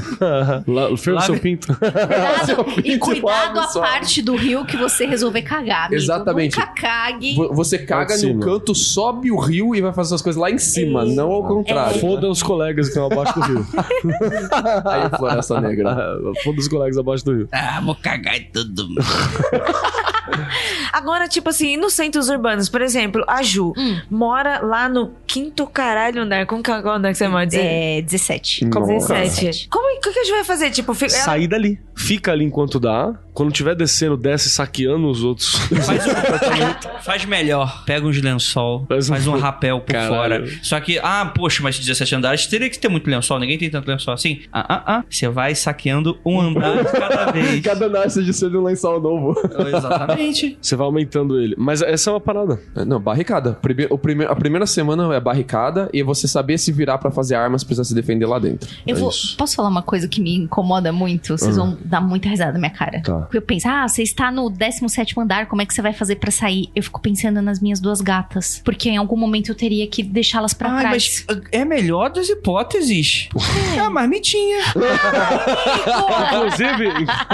Speaker 5: Lá, ferva
Speaker 1: Lave-
Speaker 5: seu pinto.
Speaker 4: Cuidado, e cuidado a
Speaker 2: Lave sua-
Speaker 4: parte do rio que você resolver cagar, amigo.
Speaker 2: Exatamente.
Speaker 4: Nunca cague.
Speaker 2: Vo- Você caga
Speaker 5: Lá de
Speaker 2: no
Speaker 5: cima.
Speaker 2: canto, sobe o rio e vai fazer as coisas lá em cima, não ao contrário.
Speaker 5: Foda os colegas que estão abaixo do rio.
Speaker 2: Aí a floresta negra.
Speaker 5: Foda os colegas abaixo do rio.
Speaker 1: Ah, vou cagar em todo mundo.
Speaker 3: Agora, tipo assim, nos centros urbanos, por exemplo, a Ju
Speaker 4: Hum.
Speaker 3: mora lá no quinto caralho andar. Como que é qual andar que você pode dizer?
Speaker 4: É, dezessete.
Speaker 2: Nossa.
Speaker 3: dezessete. Como o que que a Ju vai fazer? Tipo, fica, ela-
Speaker 5: Sair dali. Fica ali enquanto dá. Quando tiver descendo, desce saqueando os outros.
Speaker 1: Faz, um- faz melhor. Pega uns lençol,
Speaker 5: Faz
Speaker 1: faz
Speaker 5: um-
Speaker 1: um, rapel por
Speaker 5: Caralho.
Speaker 1: fora. Só que, ah, poxa, mas dezessete andares teria que ter muito lençol. Ninguém tem tanto lençol assim. Ah, ah, ah. Você vai saqueando um andar de cada vez.
Speaker 2: Cada nasce de ser de um lençol novo.
Speaker 1: Exatamente.
Speaker 5: Você vai aumentando ele. Mas essa é uma parada.
Speaker 2: Não, barricada. Prime- o prime- a primeira semana é barricada e você saber se virar pra fazer armas pra se defender lá dentro.
Speaker 4: Eu
Speaker 5: É
Speaker 4: vou,
Speaker 5: isso.
Speaker 4: posso falar uma coisa que me incomoda muito? Vocês
Speaker 2: Uhum.
Speaker 4: vão dar muita risada na minha cara.
Speaker 5: Tá.
Speaker 4: Porque eu penso, ah, você está no décimo sétimo andar, como é que você vai fazer pra sair? Eu fico pensando nas minhas duas gatas. Porque em algum momento eu teria que deixá-las pra
Speaker 1: Ai,
Speaker 4: trás.
Speaker 1: mas é a melhor das hipóteses. É a marmitinha.
Speaker 5: Inclusive,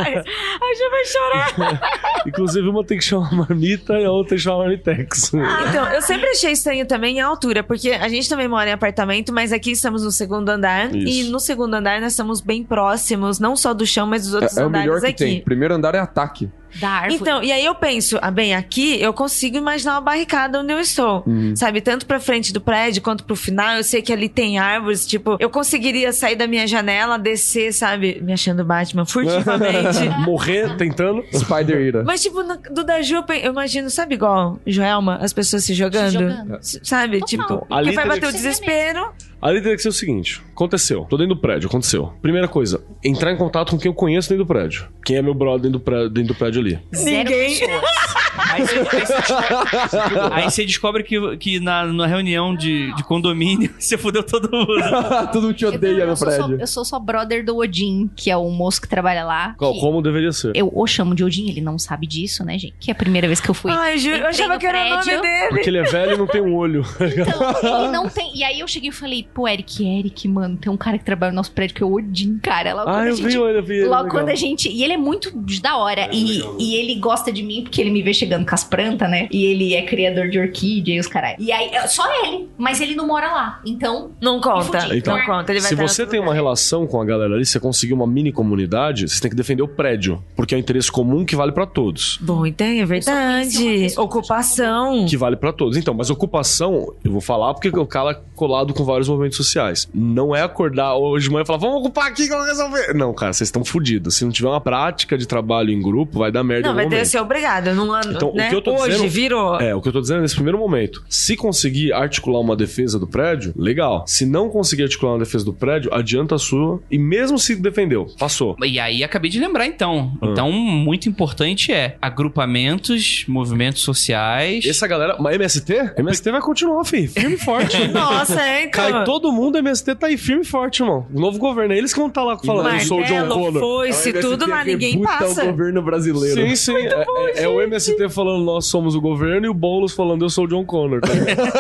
Speaker 3: Ai, já vai chorar.
Speaker 5: inclusive, uma tem que chamar marmita e a outra tem que chamar marmitex.
Speaker 3: Então, eu sempre achei estranho também a altura, porque a gente também mora em apartamento, mas aqui estamos no segundo andar.
Speaker 5: Isso.
Speaker 3: E no segundo andar nós estamos bem próximos, não só do chão, mas dos outros
Speaker 2: É, é o
Speaker 3: andares
Speaker 2: melhor que
Speaker 3: aqui.
Speaker 2: tem. Primeiro andar é ataque.
Speaker 4: Da árvore.
Speaker 3: Então, e aí eu penso, ah, bem, aqui eu consigo imaginar uma barricada onde eu estou.
Speaker 2: Uhum.
Speaker 3: Sabe, tanto pra frente do prédio quanto pro final. Eu sei que ali tem árvores, tipo, eu conseguiria sair da minha janela, descer, sabe, me achando Batman furtivamente.
Speaker 5: Morrer tentando.
Speaker 2: Spider Ira.
Speaker 3: Mas, tipo, no, do da Ju, eu pe- eu imagino, sabe igual Joelma, as pessoas se jogando?
Speaker 4: Se jogando.
Speaker 3: S- Sabe?
Speaker 4: Total.
Speaker 3: Tipo,
Speaker 5: Ali
Speaker 3: que vai
Speaker 5: teria
Speaker 3: bater o
Speaker 5: que-
Speaker 3: desespero.
Speaker 5: Ali teria que ser o seguinte: aconteceu, tô dentro do prédio, aconteceu. Primeira coisa, entrar em contato com quem eu conheço dentro do prédio. Quem é meu brother dentro do prédio, dentro do prédio ali.
Speaker 4: Zero
Speaker 3: Ninguém.
Speaker 4: pessoas.
Speaker 1: Aí você, aí você descobre, aí você descobre que, que na, na reunião de, de condomínio você fudeu todo mundo.
Speaker 2: Todo mundo te
Speaker 4: Eu,
Speaker 2: odeia
Speaker 4: eu
Speaker 2: no
Speaker 4: sou só,
Speaker 2: prédio.
Speaker 4: eu sou só brother do Odin, que é o moço que trabalha lá.
Speaker 5: Qual-
Speaker 4: que
Speaker 5: Como deveria ser.
Speaker 4: Eu o chamo de Odin, ele não sabe disso, né, gente? Que é a primeira vez que eu fui.
Speaker 3: Ai, Ju, eu
Speaker 4: Entrei
Speaker 3: achava
Speaker 4: no
Speaker 3: que era o nome
Speaker 4: prédio.
Speaker 3: dele.
Speaker 5: Porque ele é velho e não tem um olho.
Speaker 4: Então, ele não tem. E aí eu cheguei e falei, pô, Eric, Eric, mano, tem um cara que trabalha no nosso prédio que é o Odin, cara. Logo
Speaker 5: Ah,
Speaker 4: quando a
Speaker 5: eu
Speaker 4: gente,
Speaker 5: vi, eu vi. ele,
Speaker 4: Logo
Speaker 5: legal.
Speaker 4: quando a gente. E ele é muito da hora. e, e ele gosta de mim porque ele me vê chegando com as plantas, né? E ele é criador de orquídea e os caralho. E aí, é só ele. Mas ele não mora lá. Então.
Speaker 3: Não conta.
Speaker 4: Me fudi.
Speaker 5: Então,
Speaker 3: não conta. Ele vai
Speaker 5: Se
Speaker 3: estar em
Speaker 5: você
Speaker 3: outro
Speaker 5: tem uma
Speaker 3: lugar.
Speaker 5: relação com a galera ali, você conseguir uma mini comunidade, você tem que defender o prédio. Porque é um interesse comum que vale pra todos.
Speaker 3: Bom, então é
Speaker 4: só conheci uma
Speaker 3: verdade.
Speaker 4: pessoa
Speaker 3: Ocupação.
Speaker 5: Que vale pra todos. Então, mas ocupação, eu vou falar porque o cara é colado com vários movimentos sociais. Não é acordar hoje de manhã e falar, vamos ocupar aqui que eu vou resolver. Não, cara, vocês estão fodidos. Se não tiver uma prática de trabalho em grupo, vai dar merda
Speaker 3: Não,
Speaker 5: no
Speaker 3: vai ter
Speaker 5: momento.
Speaker 3: que ser obrigado. Não ando,
Speaker 5: Então, o
Speaker 3: né?
Speaker 5: que eu tô
Speaker 3: Hoje
Speaker 5: dizendo-
Speaker 3: virou.
Speaker 5: É, o que eu tô dizendo é nesse primeiro momento. Se conseguir articular uma defesa do prédio, legal. Se não conseguir articular uma defesa do prédio, adianta a sua. E mesmo se defendeu, passou.
Speaker 1: E aí, acabei de lembrar, então.
Speaker 5: Ah.
Speaker 1: Então, muito importante é agrupamentos, movimentos sociais.
Speaker 5: Essa galera. Mas M S T? M S T vai continuar, filho. Firme e forte.
Speaker 3: Nossa, é, então.
Speaker 5: Cai todo mundo, M S T tá aí firme e forte, irmão. O novo governo, é eles que vão estar lá falando, eu sou o John
Speaker 3: Martelo,
Speaker 5: Connor.
Speaker 3: foice, tudo lá, ninguém passa.
Speaker 2: o governo brasileiro.
Speaker 5: Sim, sim. É, é- é o M S T falando nós somos o governo e o Boulos falando eu sou o John Connor. Tá ligado?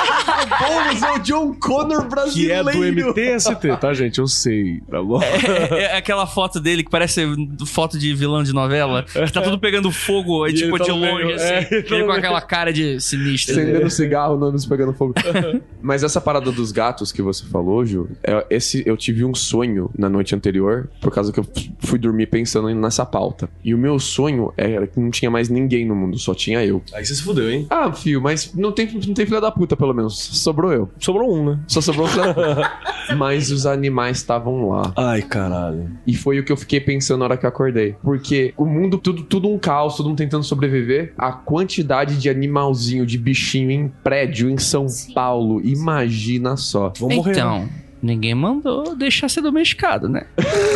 Speaker 2: Boulos é o John Connor
Speaker 5: Que é
Speaker 2: brasileiro.
Speaker 5: do M T S T, tá, gente? Eu sei, tá bom?
Speaker 1: É, é aquela foto dele que parece foto de vilão de novela, que tá tudo pegando fogo, aí,
Speaker 5: E
Speaker 1: tipo,
Speaker 5: ele tá
Speaker 1: de
Speaker 5: no meio,
Speaker 1: longe, assim.
Speaker 5: é, ele
Speaker 1: ele
Speaker 5: tá no
Speaker 1: com
Speaker 5: meio.
Speaker 1: aquela cara de sinistro.
Speaker 2: Acendendo cigarro, não nos pegando fogo. Mas essa parada dos gatos que você falou, Ju, é, esse, eu tive um sonho na noite anterior, por causa que eu fui dormir pensando nessa pauta. E o meu sonho era que não tinha mais ninguém no mundo, só tinha eu.
Speaker 5: Aí você se fudeu, hein?
Speaker 2: Ah, fio, mas não tem, não tem filha da puta, pelo menos. Sobrou eu.
Speaker 5: Sobrou um, né?
Speaker 2: Só sobrou filha da puta. Mas os animais estavam lá.
Speaker 5: Ai, caralho.
Speaker 2: E foi o que eu fiquei pensando na hora que eu acordei. Porque o mundo, tudo, tudo um caos, todo mundo tentando sobreviver. A quantidade de animalzinho, de bichinho em prédio em São
Speaker 4: Sim.
Speaker 2: Paulo, imagina só.
Speaker 5: Vamos morrer. né?
Speaker 1: Então, ninguém mandou deixar ser domesticado, né?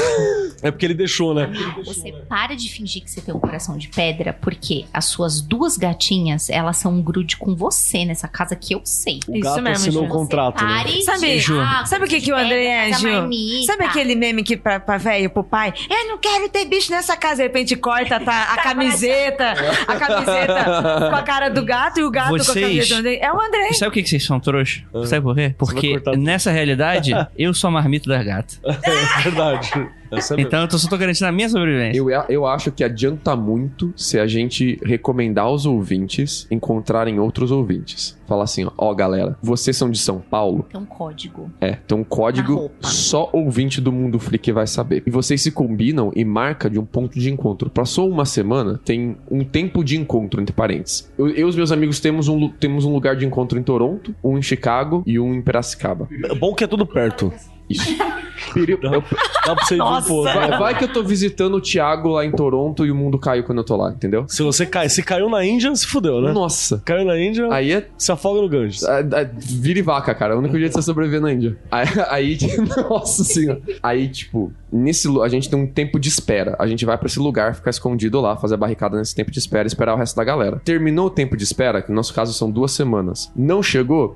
Speaker 5: É porque ele deixou, né?
Speaker 4: Você para de fingir que você tem um coração de pedra, porque as suas duas gatinhas, elas são um grude com você nessa casa que eu sei.
Speaker 5: O
Speaker 3: Isso
Speaker 5: gato
Speaker 3: mesmo,
Speaker 5: assinou
Speaker 3: Ju.
Speaker 5: um contrato, né?
Speaker 4: Pare
Speaker 3: Sabe-
Speaker 4: de-
Speaker 1: Ju.
Speaker 4: Ah,
Speaker 3: Sabe o que, que o André é,
Speaker 4: faz a
Speaker 3: Ju?
Speaker 4: marmita.
Speaker 3: Sabe aquele meme que pra, pra velho, pro pai? Eu não quero ter bicho nessa casa. De repente corta tá, a camiseta, a camiseta com a cara do gato e o gato com a
Speaker 1: Vocês-
Speaker 3: camiseta do André. É o André.
Speaker 1: Sabe o que, que vocês são trouxas? Sabe por quê? Porque
Speaker 5: cortar tudo.
Speaker 1: nessa realidade, eu sou a marmita das gatas.
Speaker 5: É verdade. Essa é mesmo.
Speaker 1: Então eu tô, só tô garantindo a minha sobrevivência.
Speaker 2: Eu, eu acho que adianta muito se a gente recomendar aos ouvintes encontrarem outros ouvintes. Falar assim, ó, ó, galera, vocês são de São Paulo?
Speaker 4: Tem um código.
Speaker 2: É, tem um
Speaker 4: Na
Speaker 2: código
Speaker 4: roupa.
Speaker 2: só ouvinte do Mundo Freak vai saber. E vocês se combinam e marca de um ponto de encontro. Passou uma semana, tem um tempo de encontro, entre parênteses. Eu, eu e os meus amigos temos um, lu- temos um lugar de encontro em Toronto, um em Chicago e um em Piracicaba.
Speaker 5: É bom que é tudo perto.
Speaker 2: Isso. Peri- eu-
Speaker 5: Dá pra você ir um pouco.
Speaker 2: vai, vai que eu tô visitando o Thiago lá em Toronto e o mundo caiu quando eu tô lá, entendeu?
Speaker 5: Se você cai, se caiu na Índia, se fudeu, né?
Speaker 2: Nossa.
Speaker 5: Caiu na Índia,
Speaker 2: Aí é
Speaker 5: se afoga no Ganges.
Speaker 2: Ah, ah, vira e vaca, cara. É o único jeito de você sobreviver na Índia. Aí, aí nossa senhora. Aí, tipo, nesse lu- a gente tem um tempo de espera. A gente vai pra esse lugar, ficar escondido lá, fazer a barricada nesse tempo de espera e esperar o resto da galera. Terminou o tempo de espera, que no nosso caso são duas semanas. Não chegou?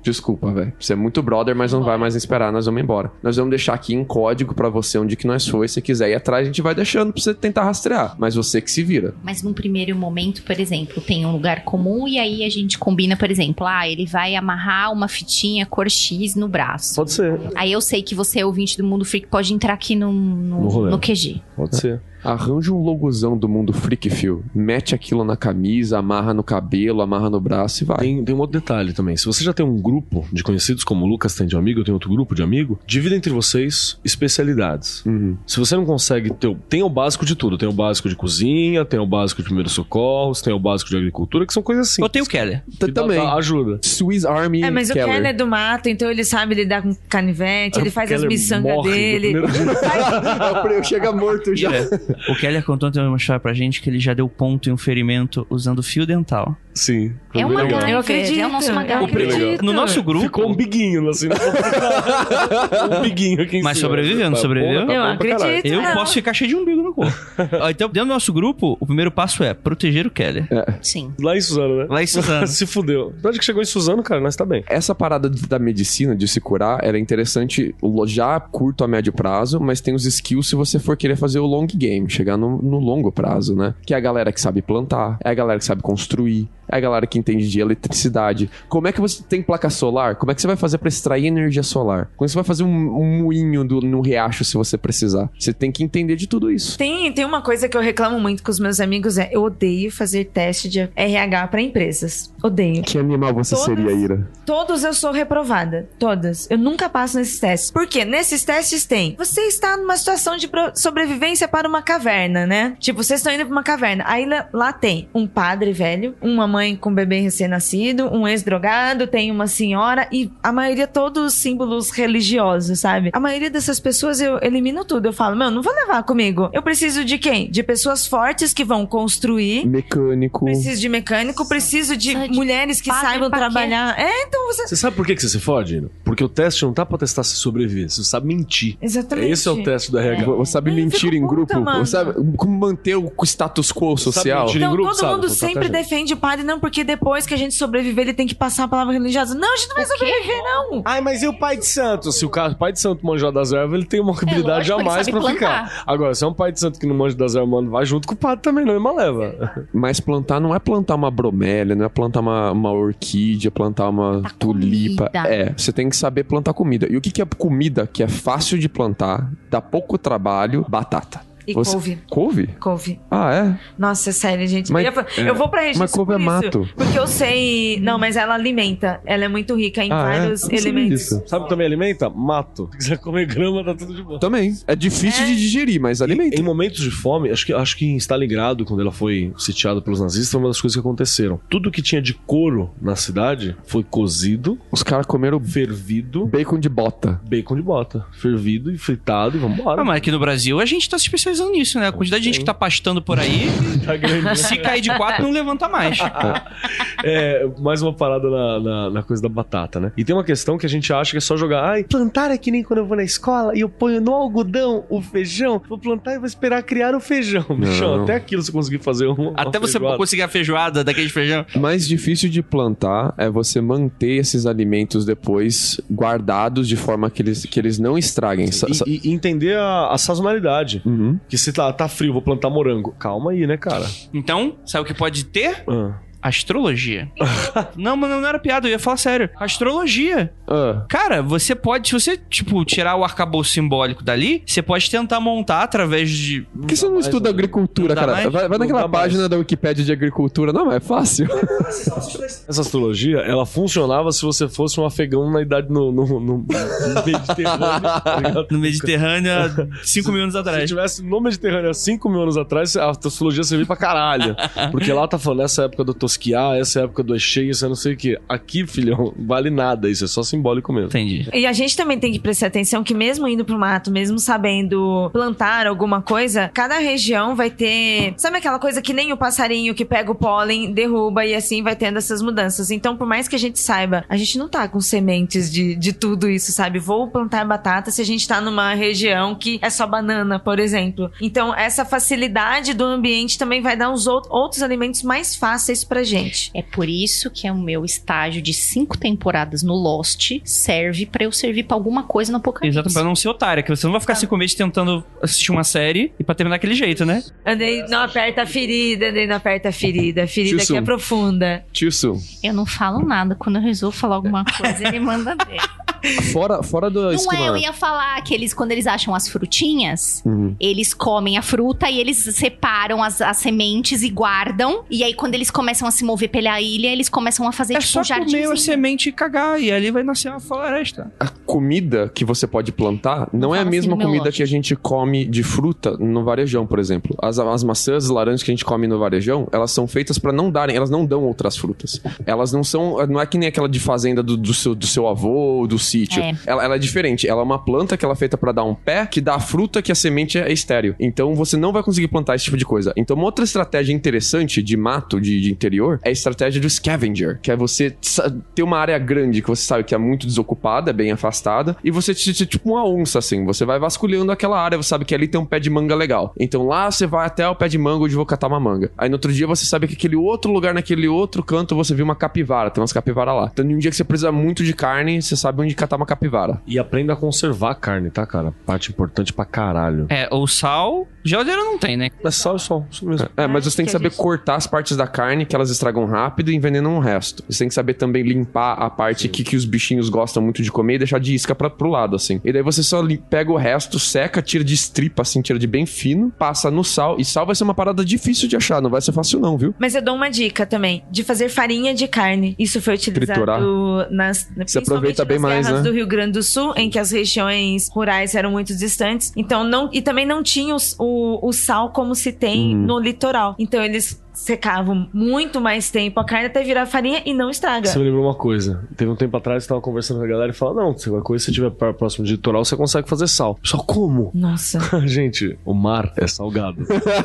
Speaker 2: desculpa, velho. Você é muito brother, mas não vai mais esperar, nós vamos embora. Nós vamos deixar aqui em código pra você onde que nós foi. Se quiser ir atrás, a gente vai deixando pra você tentar rastrear. Mas você que se vira.
Speaker 4: Mas num primeiro momento, por exemplo, tem um lugar comum e aí a gente combina, por exemplo, ah, ele vai amarrar uma fitinha cor X no braço.
Speaker 5: Pode ser.
Speaker 4: Aí eu sei que você é ouvinte do Mundo Freak, pode entrar aqui no, no,
Speaker 5: No rolê.
Speaker 4: no Q G.
Speaker 5: Pode ser.
Speaker 2: Arranja um logozão do mundo freak, fio. Mete aquilo na camisa, amarra no cabelo, amarra no braço e vai.
Speaker 5: Tem, tem um outro detalhe também. Se você já tem um grupo de conhecidos, como o Lucas tem de amigo, eu tenho outro grupo de amigo, divida entre vocês especialidades.
Speaker 2: Uhum.
Speaker 5: Se você não consegue ter... o- Tem o básico de tudo. Tem o básico de cozinha, tem o básico de primeiros socorros, tem o básico de agricultura, que são coisas assim.
Speaker 1: Eu tenho o Keller.
Speaker 2: T- Também.
Speaker 5: Ajuda.
Speaker 2: Swiss Army
Speaker 3: É, mas
Speaker 2: Keller.
Speaker 3: o Keller é do mato, então ele sabe lidar com canivete, ele faz as
Speaker 5: Keller
Speaker 3: miçangas
Speaker 5: morre no
Speaker 3: dele.
Speaker 5: primeiro dia.
Speaker 2: Eu chego morto já.
Speaker 1: Mentira. O Keller contou uma história pra gente que ele já deu ponto em um ferimento usando fio dental.
Speaker 5: Sim. Foi
Speaker 4: É
Speaker 5: bem
Speaker 4: uma
Speaker 5: legal.
Speaker 4: garra.
Speaker 3: Eu acredito,
Speaker 4: É o nosso
Speaker 3: eu
Speaker 4: Magal.
Speaker 3: acredito.
Speaker 1: No nosso grupo...
Speaker 5: Ficou um biguinho, assim. um biguinho aqui em
Speaker 1: Mas
Speaker 5: cima.
Speaker 1: sobreviveu, não
Speaker 5: Tá
Speaker 1: sobreviveu?
Speaker 5: bom, tá
Speaker 3: Eu
Speaker 5: bom pra caralho.
Speaker 3: acredito.
Speaker 1: Eu
Speaker 3: Não.
Speaker 1: posso ficar cheio de umbigo no corpo. Ó, então, dentro do nosso grupo, o primeiro passo é proteger o Keller.
Speaker 4: Sim.
Speaker 5: Lá em Suzano, né?
Speaker 1: Lá em Suzano.
Speaker 5: Se fudeu. Desde que chegou em Suzano, cara, nós tá bem.
Speaker 2: Essa parada de- da medicina, de se curar, era interessante lo- já a curto a médio prazo, mas tem os skills se você for querer fazer o long game, chegar no, no longo prazo, né? Que é a galera que sabe plantar, é a galera que sabe construir, é a galera que entende de eletricidade. Como é que você tem placa solar? Como é que você vai fazer pra extrair energia solar? Como é que você vai fazer um, um moinho do- no riacho se você precisar? Você tem que entender de tudo isso.
Speaker 3: Tem, tem uma coisa que eu reclamo muito com os meus amigos, é eu odeio fazer teste de R H pra empresas. Odeio.
Speaker 2: Que animal você
Speaker 3: Todas-
Speaker 2: seria, Ira?
Speaker 3: Todos eu sou reprovada. Todas. Eu nunca passo nesses testes. Por quê? Nesses testes tem. Você está numa situação de pro- sobrevivência para uma caverna, né? Tipo, vocês estão indo pra uma caverna. Aí lá, lá tem um padre velho, uma mãe com bebê recém-nascido, um ex-drogado, tem uma senhora e a maioria todos símbolos religiosos, sabe? A maioria dessas pessoas eu elimino tudo. Eu falo, meu, não vou levar comigo. Eu preciso de quem? De pessoas fortes que vão construir.
Speaker 2: Mecânico.
Speaker 3: Preciso de mecânico, preciso de
Speaker 4: Precisa de
Speaker 3: mulheres que
Speaker 4: padre
Speaker 3: saibam
Speaker 4: pra quê?
Speaker 3: trabalhar. É, então você.
Speaker 5: Você sabe por que que você se fode, Ino? Porque o teste não tá pra testar se sobreviver, você sabe mentir.
Speaker 3: Exatamente.
Speaker 5: Esse é o teste do R H.
Speaker 2: Você sabe
Speaker 3: Eu
Speaker 2: mentir
Speaker 3: fico
Speaker 2: em
Speaker 3: puta,
Speaker 2: grupo?
Speaker 3: mano.
Speaker 2: Você sabe como manter o status quo social?
Speaker 5: mentir?
Speaker 3: Então
Speaker 5: em grupo,
Speaker 3: todo
Speaker 5: sabe?
Speaker 3: mundo
Speaker 5: Contar
Speaker 3: sempre
Speaker 5: pra gente.
Speaker 3: defende o padre, não, porque depois que a gente sobreviver, ele tem que passar a palavra religiosa. Não, a gente não vai sobreviver, não.
Speaker 5: Ai, mas e o pai de santo? Se o cara, o pai de santo manjar das ervas, ele tem uma habilidade
Speaker 4: lógico,
Speaker 5: a
Speaker 4: ele
Speaker 5: mais
Speaker 4: sabe
Speaker 5: pra
Speaker 4: plantar.
Speaker 5: ficar. Agora, se é um pai de santo que não manja das ervas, mano, vai junto com o padre também, não é uma leva.
Speaker 2: Mas plantar não é plantar uma bromélia, não é plantar uma, uma orquídea, plantar uma
Speaker 4: Plantar
Speaker 2: tulipa.
Speaker 4: comida.
Speaker 2: É, você tem que saber plantar comida. E o que, que é comida que é fácil de plantar, dá pouco trabalho? Batata.
Speaker 3: E
Speaker 2: Você-
Speaker 3: couve.
Speaker 2: Couve?
Speaker 3: Couve.
Speaker 2: Ah, é?
Speaker 3: Nossa, sério, gente.
Speaker 2: Mas-
Speaker 3: eu, ia fa- eu vou pra registro
Speaker 2: Mas couve
Speaker 3: por
Speaker 2: é
Speaker 3: isso,
Speaker 2: mato.
Speaker 3: Porque eu sei... Não, mas ela alimenta. Ela é muito rica em
Speaker 2: Ah, é?
Speaker 3: vários
Speaker 2: Eu não sabia
Speaker 3: elementos.
Speaker 2: disso.
Speaker 5: Sabe o que também alimenta? Mato. Se quiser comer grama, tá tudo de boa.
Speaker 2: Também. É difícil
Speaker 3: É.
Speaker 2: de digerir, mas alimenta.
Speaker 5: Em momentos de fome, acho que, acho que em Stalingrado, quando ela foi sitiada pelos nazistas, foi uma das coisas que aconteceram. Tudo que tinha de couro na cidade foi cozido,
Speaker 2: Os caras comeram
Speaker 5: fervido,
Speaker 2: bacon de bota.
Speaker 5: bacon de bota. Fervido e fritado e vambora.
Speaker 1: Ah, mas aqui no Brasil a gente tá se especializando nisso, né? A quantidade de gente que tá pastando por aí,
Speaker 5: Tá grande.
Speaker 1: se cair de quatro, não levanta mais.
Speaker 5: É, mais uma parada na, na, na coisa da batata, né? E tem uma questão que a gente acha que é só jogar. Ai, plantar é que nem quando eu vou na escola e eu ponho no algodão o feijão. Vou plantar e vou esperar criar o feijão. Bichão,
Speaker 2: Não.
Speaker 5: até aquilo você conseguir fazer um.
Speaker 1: Até você conseguir a feijoada daquele feijão.
Speaker 2: Mais difícil de plantar é você manter esses alimentos depois guardados de forma que eles, que eles não estraguem. Sa- sa-
Speaker 5: E, e entender a, a sazonalidade.
Speaker 2: Uhum.
Speaker 5: Que se tá, tá frio, vou plantar morango. Calma aí, né, cara?
Speaker 1: Então, sabe o que pode ter?
Speaker 5: Ah.
Speaker 1: Astrologia. Não, mas não era piada, eu ia falar sério. Astrologia.
Speaker 2: Ah,
Speaker 1: Cara, você pode, se você, tipo, tirar o arcabouço simbólico dali, você pode tentar montar através de...
Speaker 2: por que você não estuda agricultura,
Speaker 1: Não dá
Speaker 2: cara?
Speaker 1: mais?
Speaker 2: Vai, vai
Speaker 5: Não
Speaker 2: naquela
Speaker 5: dá mais.
Speaker 2: página da Wikipédia de agricultura. Não, mas é fácil.
Speaker 5: Essa astrologia, ela funcionava se você fosse um afegão na idade no, no, no, no Mediterrâneo. Tá ligado?
Speaker 1: No Mediterrâneo há cinco mil anos
Speaker 5: Se
Speaker 1: atrás.
Speaker 5: tivesse no Mediterrâneo há cinco mil anos atrás, a astrologia servia pra caralho. Porque lá tá falando essa época do Tosquiá, essa época do Exê, essa não sei o quê. Aqui, filhão, vale nada. Isso é só simbólico mesmo.
Speaker 1: Entendi.
Speaker 3: E a gente também tem que prestar atenção que mesmo indo pro mato, mesmo sabendo plantar alguma coisa, cada região vai ter... Sabe aquela coisa que nem o passarinho que pega o pólen, derruba e assim vai tendo essas mudanças. Então, por mais que a gente saiba, a gente não tá com sementes de, de tudo isso, sabe? Vou plantar batata se a gente tá numa região que é só banana, por exemplo. Então, essa facilidade do ambiente também vai dar uns out- outros alimentos mais fáceis pra pra gente.
Speaker 4: É por isso que é o meu estágio de cinco temporadas no Lost serve pra eu servir pra alguma coisa no Apocalipse.
Speaker 1: Exato, pra não ser otária, que você não vai ficar
Speaker 3: Tá.
Speaker 1: cinco meses tentando assistir uma série e pra terminar daquele jeito, né?
Speaker 3: Andei, não aperta a ferida, andei, não aperta a ferida. A ferida
Speaker 2: Tio
Speaker 3: que é
Speaker 2: Sum.
Speaker 3: profunda.
Speaker 2: Tio Su,
Speaker 4: Eu não falo nada. Quando eu resolvo falar alguma coisa, ele manda ver.
Speaker 2: fora, fora do
Speaker 4: Não
Speaker 2: esquema...
Speaker 4: é, eu ia falar que eles, quando eles acham as frutinhas,
Speaker 2: Uhum.
Speaker 4: eles comem a fruta e eles separam as, as sementes e guardam. E aí, quando eles começam a se mover pela ilha, eles começam a fazer
Speaker 1: É
Speaker 4: tipo
Speaker 1: só
Speaker 4: um jardinzinho.
Speaker 1: comer a semente e cagar, e ali vai nascer uma floresta.
Speaker 2: A comida que você pode plantar não,
Speaker 4: Não
Speaker 2: é a
Speaker 4: fala
Speaker 2: mesma
Speaker 4: assim do meu
Speaker 2: comida
Speaker 4: lote.
Speaker 2: que a gente come de fruta no varejão, por exemplo. As, as maçãs, as laranjas que a gente come no varejão, elas são feitas pra não darem, elas não dão outras frutas. Elas não são, não é que nem aquela de fazenda do, do, seu, do seu avô, do sítio.
Speaker 4: É.
Speaker 2: Ela, ela é diferente. Ela é uma planta que ela é feita pra dar um pé, que dá a fruta que a semente é estéril. Então você não vai conseguir plantar esse tipo de coisa. Então uma outra estratégia interessante de mato, de, de interior, é a estratégia do scavenger, que é você sa- ter uma área grande que você sabe que é muito desocupada, é bem afastada, e você te- te- tipo uma onça, assim, você vai vasculhando aquela área, você sabe que ali tem um pé de manga legal. Então lá você vai até o pé de manga onde vou catar uma manga. Aí no outro dia você sabe que aquele outro lugar, naquele outro canto, você viu uma capivara, tem umas capivaras lá. Então um dia que você precisa muito de carne, você sabe onde catar uma capivara.
Speaker 5: E aprenda a conservar a carne, tá, cara? Parte importante pra caralho.
Speaker 1: É, o sal, geladeira não tem, né?
Speaker 5: É sal e sol, isso mesmo.
Speaker 2: É, mas você tem que
Speaker 3: que a
Speaker 2: saber
Speaker 3: gente-
Speaker 2: cortar as partes da carne que elas estragam rápido e envenenam o resto. Você tem que saber também limpar a parte que, que os bichinhos gostam muito de comer e deixar de isca pra, pro lado, assim. E daí você só li- pega o resto, seca, tira de estripa, assim, tira de bem fino, passa no sal. E sal vai ser uma parada difícil de achar, não vai ser fácil não, viu?
Speaker 3: Mas eu dou uma dica também, de fazer farinha de carne. Isso foi utilizado
Speaker 2: Triturar.
Speaker 3: nas, principalmente
Speaker 2: aproveita bem
Speaker 3: nas
Speaker 2: mais,
Speaker 3: guerras
Speaker 2: né?
Speaker 3: do Rio Grande do Sul, em que as regiões rurais eram muito distantes. Então não e também não tinha os- o, o sal como se tem
Speaker 2: Hum.
Speaker 3: no litoral. Então eles secavam muito mais tempo a carne até virar farinha e não estraga.
Speaker 5: Você me lembrou uma coisa. Teve um tempo atrás, eu tava conversando com a galera e falava, não, se qualquer coisa, se você estiver pra- próximo de litoral, você consegue fazer sal. Só como?
Speaker 3: Nossa.
Speaker 5: Gente, o mar é salgado.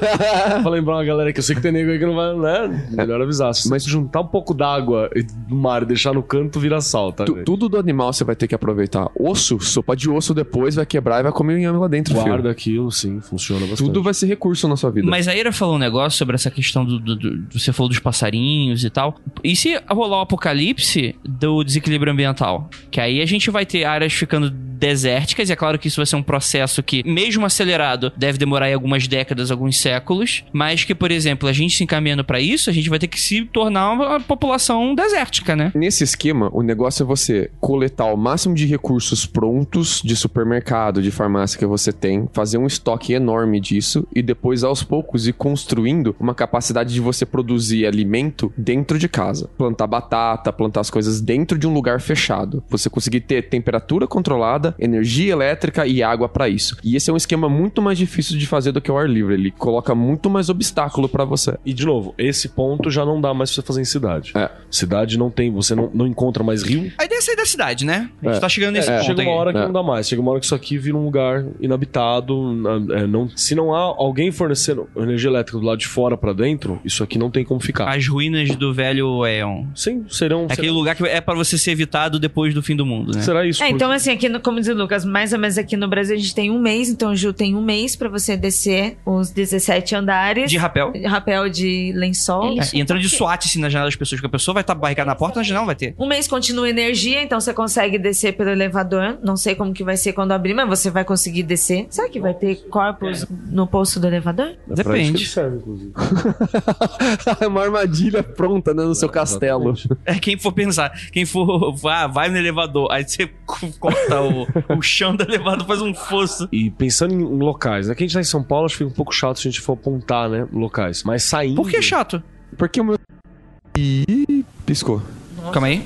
Speaker 5: Pra lembrar uma galera que eu sei que tem nego aí que não vai, né? Melhor avisar. Se
Speaker 2: Mas-
Speaker 5: você juntar um pouco d'água do mar e deixar no canto, vira sal, tá?
Speaker 2: Tu-
Speaker 5: gente?
Speaker 2: tudo do animal você vai ter que aproveitar. Osso, sopa de osso depois vai quebrar e vai comer o inhame lá dentro, filho.
Speaker 5: Guarda aquilo, sim, funciona bastante.
Speaker 2: Tudo vai ser recurso na sua vida.
Speaker 1: Mas a Ira falou um negócio sobre essa questão do, do, do- do- você falou dos passarinhos e tal. E se rolar o apocalipse do desequilíbrio ambiental? Que aí a gente vai ter áreas ficando desérticas, e é claro que isso vai ser um processo que, mesmo acelerado, deve demorar aí algumas décadas, alguns séculos, mas que, por exemplo, a gente se encaminhando pra isso, a gente vai ter que se tornar uma população desértica, né?
Speaker 2: Nesse esquema, o negócio é você coletar o máximo de recursos prontos de supermercado, de farmácia que você tem, fazer um estoque enorme disso e depois, aos poucos, ir construindo uma capacidade de você produzir alimento dentro de casa. Plantar batata, plantar as coisas dentro de um lugar fechado. Você conseguir ter temperatura controlada, energia elétrica e água pra isso. E esse é um esquema muito mais difícil de fazer do que o ar livre. Ele coloca muito mais obstáculo pra você.
Speaker 5: E, de novo, esse ponto já não dá mais pra você fazer em cidade.
Speaker 2: É.
Speaker 5: Cidade não tem, você não, não encontra mais rio.
Speaker 1: A ideia é sair da cidade, né? A gente
Speaker 2: É.
Speaker 1: tá chegando nesse
Speaker 2: É.
Speaker 1: ponto
Speaker 5: Chega uma
Speaker 1: aí.
Speaker 5: hora que
Speaker 2: É.
Speaker 5: não dá mais. Chega uma hora que isso aqui vira um lugar inabitado. na- é, não, se não há alguém fornecendo energia elétrica do lado de fora pra dentro, isso aqui não tem como ficar.
Speaker 1: As ruínas do velho Éon.
Speaker 5: Sim, serão.
Speaker 1: É aquele lugar que é pra você ser evitado depois do fim do mundo, né?
Speaker 5: Será isso?
Speaker 3: É,
Speaker 5: porque-
Speaker 3: então assim, aqui no, como diz o Lucas, mais ou menos aqui no Brasil a gente tem um mês, então o Ju tem um mês pra você descer os dezessete andares.
Speaker 1: De rapel.
Speaker 3: Rapel de lençol.
Speaker 4: Ele-
Speaker 1: É, e entrando de SWAT assim, na janela das pessoas, porque a pessoa vai estar barricada na porta, na janela não vai ter.
Speaker 3: Um mês continua energia, então você consegue descer pelo elevador. Não sei como que vai ser quando abrir, mas você vai conseguir descer. Será que vai ter corpos no posto do elevador?
Speaker 5: É pra isso que
Speaker 1: Depende.
Speaker 5: ele serve, inclusive.
Speaker 2: É uma armadilha pronta, né, no seu castelo.
Speaker 1: É, quem for pensar, quem for, ah, vai no elevador, aí você corta o, o chão do elevador, faz um fosso.
Speaker 5: E pensando em, em locais, né? Que a gente tá em São Paulo, acho que fica um pouco chato se a gente for apontar, né? Locais. Mas saindo.
Speaker 1: Por que chato?
Speaker 2: Porque o meu... Ih, piscou.
Speaker 1: Calma aí.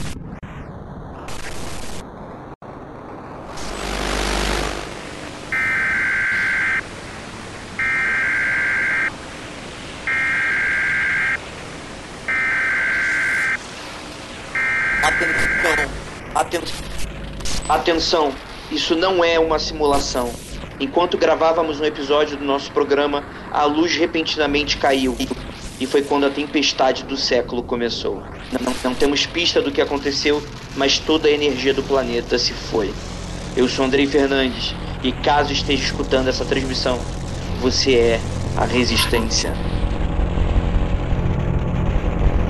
Speaker 7: Atenção, atenção, atenção, isso não é uma simulação. Enquanto gravávamos um episódio do nosso programa, a luz repentinamente caiu. E foi quando a tempestade do século começou. Não, não temos pista do que aconteceu, mas toda a energia do planeta se foi. Eu sou Andrei Fernandes, e caso esteja escutando essa transmissão, você é a Resistência.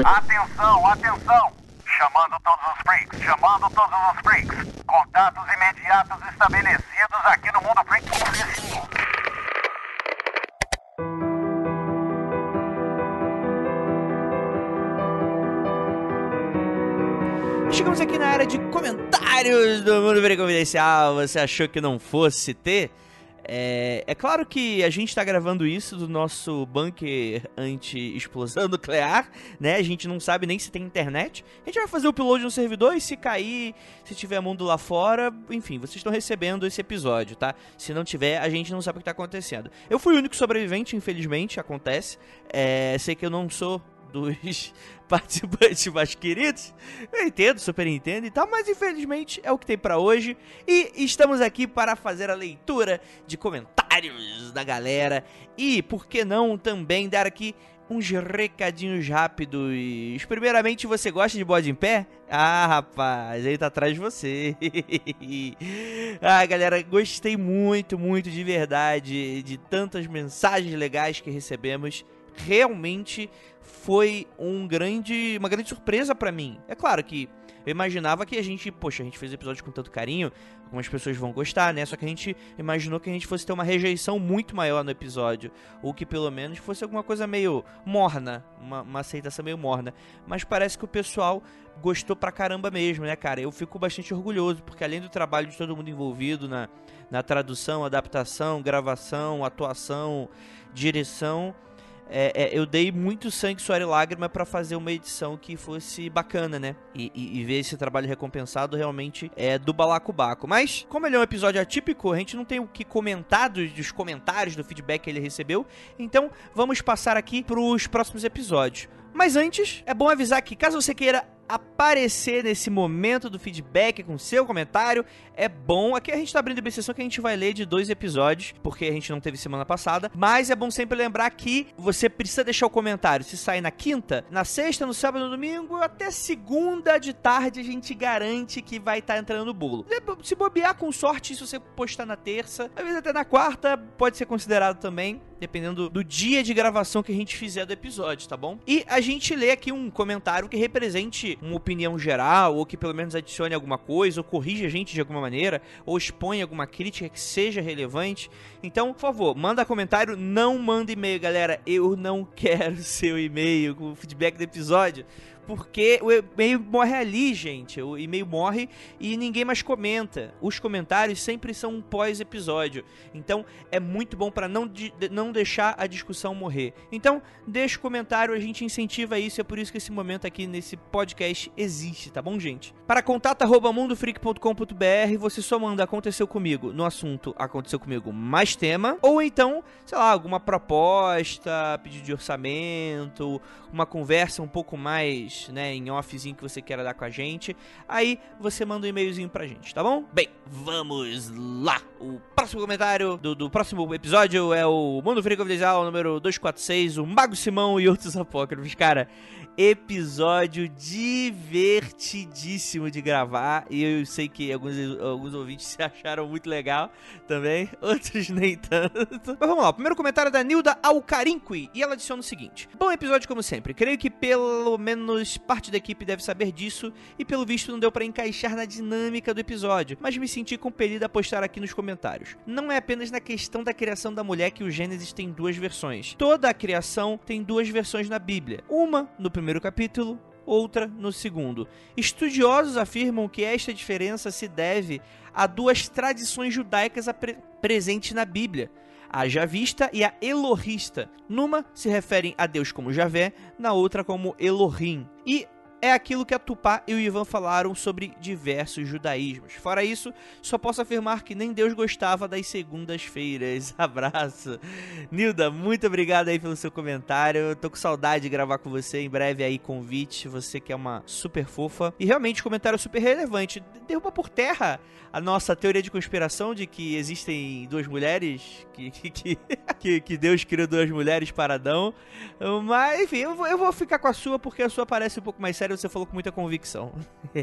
Speaker 8: Atenção, atenção! Chamando todos os freaks, chamando todos os freaks. Contatos imediatos estabelecidos aqui no Mundo Freak.
Speaker 1: Chegamos aqui na área de comentários do Mundo Freak Confidencial. Você achou que não fosse ter? É, é claro que a gente tá gravando isso do nosso bunker anti-explosão nuclear, né? A gente não sabe nem se tem internet. A gente vai fazer o upload no servidor e se cair, se tiver mundo lá fora, enfim, vocês estão recebendo esse episódio, tá? Se não tiver, a gente não sabe o que tá acontecendo. Eu fui o único sobrevivente, infelizmente, acontece. É, sei que eu não sou dos participantes mais queridos, eu entendo, super entendo e tal, mas infelizmente é o que tem pra hoje e estamos aqui para fazer a leitura de comentários da galera e, por que não, também dar aqui uns recadinhos rápidos. Primeiramente, você gosta de bode em pé? Ah, rapaz, ele tá atrás de você. Ah, galera, gostei muito, muito de verdade de tantas mensagens legais que recebemos. Realmente foi um grande, uma grande surpresa pra mim. É claro que eu imaginava que a gente, poxa, a gente fez o episódio com tanto carinho, algumas pessoas vão gostar, né? Só que a gente imaginou que a gente fosse ter uma rejeição muito maior no episódio, ou que pelo menos fosse alguma coisa meio morna, uma, uma aceitação meio morna. Mas parece que o pessoal gostou pra caramba mesmo, né, cara? Eu fico bastante orgulhoso, porque além do trabalho de todo mundo envolvido na, na tradução, adaptação, gravação, atuação, direção... É, é, eu dei muito sangue, suor e lágrima pra fazer uma edição que fosse bacana, né? E, e, e ver esse trabalho recompensado realmente é do balacobaco. Mas, como ele é um episódio atípico, a gente não tem o que comentar dos, dos comentários, do feedback que ele recebeu. Então, vamos passar aqui pros próximos episódios. Mas antes, é bom avisar que caso você queira aparecer nesse momento do feedback com seu comentário, é bom. Aqui a gente tá abrindo uma exceção que a gente vai ler de dois episódios, porque a gente não teve semana passada, mas é bom sempre lembrar que você precisa deixar o comentário. Se sair na quinta, na sexta, no sábado, no domingo, até segunda de tarde a gente garante que vai estar tá entrando no bolo. Se bobear com sorte, se você postar na terça, às vezes até na quarta, pode ser considerado também, dependendo do dia de gravação que a gente fizer do episódio, tá bom? E a gente lê aqui um comentário que represente uma opinião geral, ou que pelo menos adicione alguma coisa, ou corrija a gente de alguma maneira, ou expõe alguma crítica que seja relevante. Então, por favor, manda comentário, não manda e-mail, galera. Eu não quero seu e-mail com o feedback do episódio, porque o e-mail morre ali, gente. O e-mail morre e ninguém mais comenta. Os comentários sempre são um pós-episódio. Então, é muito bom para não, de, não deixar a discussão morrer. Então, deixa o comentário, a gente incentiva isso. É por isso que esse momento aqui nesse podcast existe, tá bom, gente? Para contato arroba mundofreak ponto com ponto b r, você só manda aconteceu comigo no assunto aconteceu comigo mais tema. Ou então, sei lá, alguma proposta, pedido de orçamento, uma conversa um pouco mais, né, em offzinho que você queira dar com a gente, aí você manda um e-mailzinho pra gente, tá bom? Bem, vamos lá! O próximo comentário do, do próximo episódio é o Mundo Freak Confidencial número duzentos e quarenta e seis, o Mago Simão e outros apócrifos. Cara, episódio divertidíssimo de gravar, e eu sei que alguns, alguns ouvintes se acharam muito legal também, outros nem tanto. Mas vamos lá, o primeiro comentário é da Nilda Alcarinqui, e ela adiciona o seguinte: bom episódio como sempre, creio que pelo menos parte da equipe deve saber disso, e pelo visto não deu pra encaixar na dinâmica do episódio, mas me senti compelido a postar aqui nos comentários. Não é apenas na questão da criação da mulher que o Gênesis tem duas versões. Toda a criação tem duas versões na Bíblia, uma no primeiro capítulo, outra no segundo. Estudiosos afirmam que esta diferença se deve a duas tradições judaicas pre- presentes na Bíblia, a javista e a elohista. Numa se referem a Deus como Javé, na outra como Elohim. E é aquilo que a Tupá e o Ivan falaram sobre diversos judaísmos. Fora isso, só posso afirmar que nem Deus gostava das segundas-feiras. Abraço. Nilda, muito obrigado aí pelo seu comentário. Eu tô com saudade de gravar com você. Em breve aí, convite. Você que é uma super fofa. E realmente, comentário super relevante. Derruba por terra a nossa teoria de conspiração de que existem duas mulheres, que, que, que, que Deus criou duas mulheres para Adão. Mas, enfim, eu vou, eu vou ficar com a sua, porque a sua parece um pouco mais séria. sério, você falou com muita convicção.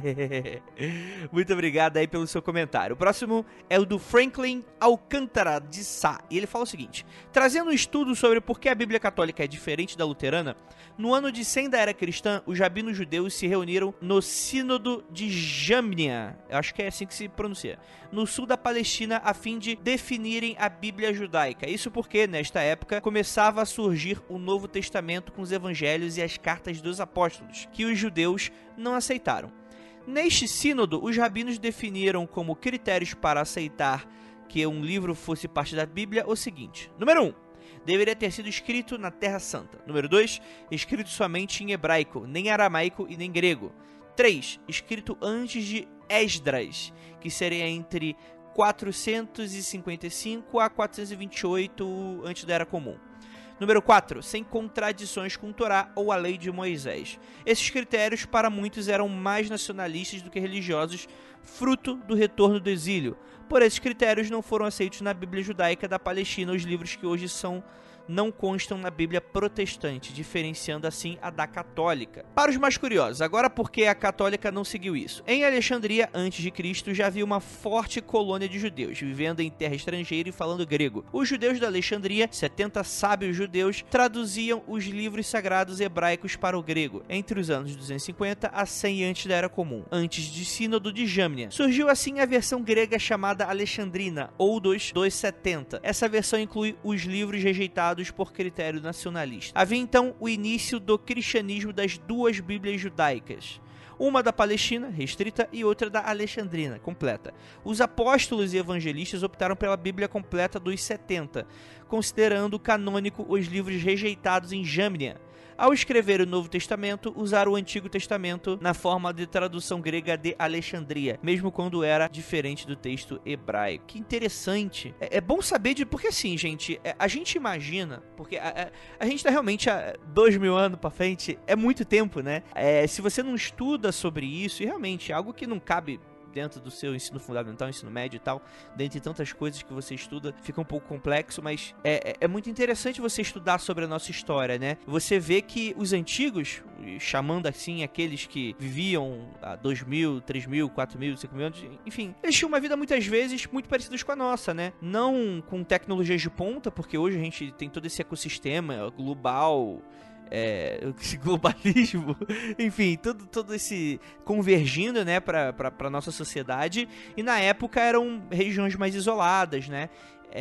Speaker 1: Muito obrigado aí pelo seu comentário. O próximo é o do Franklin Alcântara de Sá. E ele fala o seguinte: trazendo um estudo sobre por que a Bíblia Católica é diferente da luterana, no ano de cem da era cristã, os rabinos judeus se reuniram no Sínodo de Jamnia, eu acho que é assim que se pronuncia, no sul da Palestina, a fim de definirem a Bíblia judaica. Isso porque, nesta época, começava a surgir o Novo Testamento com os evangelhos e as cartas dos apóstolos, que os judeus não aceitaram. Neste sínodo, os rabinos definiram como critérios para aceitar que um livro fosse parte da Bíblia o seguinte: número um, deveria ter sido escrito na Terra Santa. Número dois, escrito somente em hebraico, nem aramaico e nem grego. três, escrito antes de Esdras, que seria entre quatrocentos e cinquenta e cinco a quatrocentos e vinte e oito antes da Era Comum. Número quatro, sem contradições com Torá ou a lei de Moisés. Esses critérios para muitos eram mais nacionalistas do que religiosos, fruto do retorno do exílio. Por esses critérios não foram aceitos na Bíblia judaica da Palestina os livros que hoje são não constam na Bíblia protestante, diferenciando assim a da católica. Para os mais curiosos, agora por que a católica não seguiu isso? Em Alexandria, antes de Cristo, já havia uma forte colônia de judeus, vivendo em terra estrangeira e falando grego. Os judeus da Alexandria, setenta sábios judeus, traduziam os livros sagrados hebraicos para o grego, entre os anos duzentos e cinquenta a cem antes da Era Comum, antes de Sínodo de Jamnia. Surgiu assim a versão grega chamada Alexandrina, ou dos duzentos e setenta. Essa versão inclui os livros rejeitados por critério nacionalista. Havia então o início do cristianismo das duas Bíblias judaicas. Uma da Palestina, restrita, e outra da Alexandrina, completa. Os apóstolos e evangelistas optaram pela Bíblia completa dos setenta, considerando canônico os livros rejeitados em Jamnia. Ao escrever o Novo Testamento, usaram o Antigo Testamento na forma de tradução grega de Alexandria, mesmo quando era diferente do texto hebraico. Que interessante. É, é bom saber de... Porque assim, gente, é, a gente imagina... Porque a, a, a gente tá realmente há dois mil anos pra frente, é muito tempo, né? É, se você não estuda sobre isso, e realmente é algo que não cabe dentro do seu ensino fundamental, ensino médio e tal, dentre tantas coisas que você estuda, fica um pouco complexo, mas é, é muito interessante você estudar sobre a nossa história, né? Você vê que os antigos, chamando assim aqueles que viviam há dois mil, três mil, quatro mil, cinco mil anos, enfim, eles tinham uma vida muitas vezes muito parecida com a nossa, né? Não com tecnologias de ponta, porque hoje a gente tem todo esse ecossistema global, É, esse globalismo, enfim, tudo, todo esse convergindo, né, pra, pra, pra nossa sociedade, e na época eram regiões mais isoladas, né,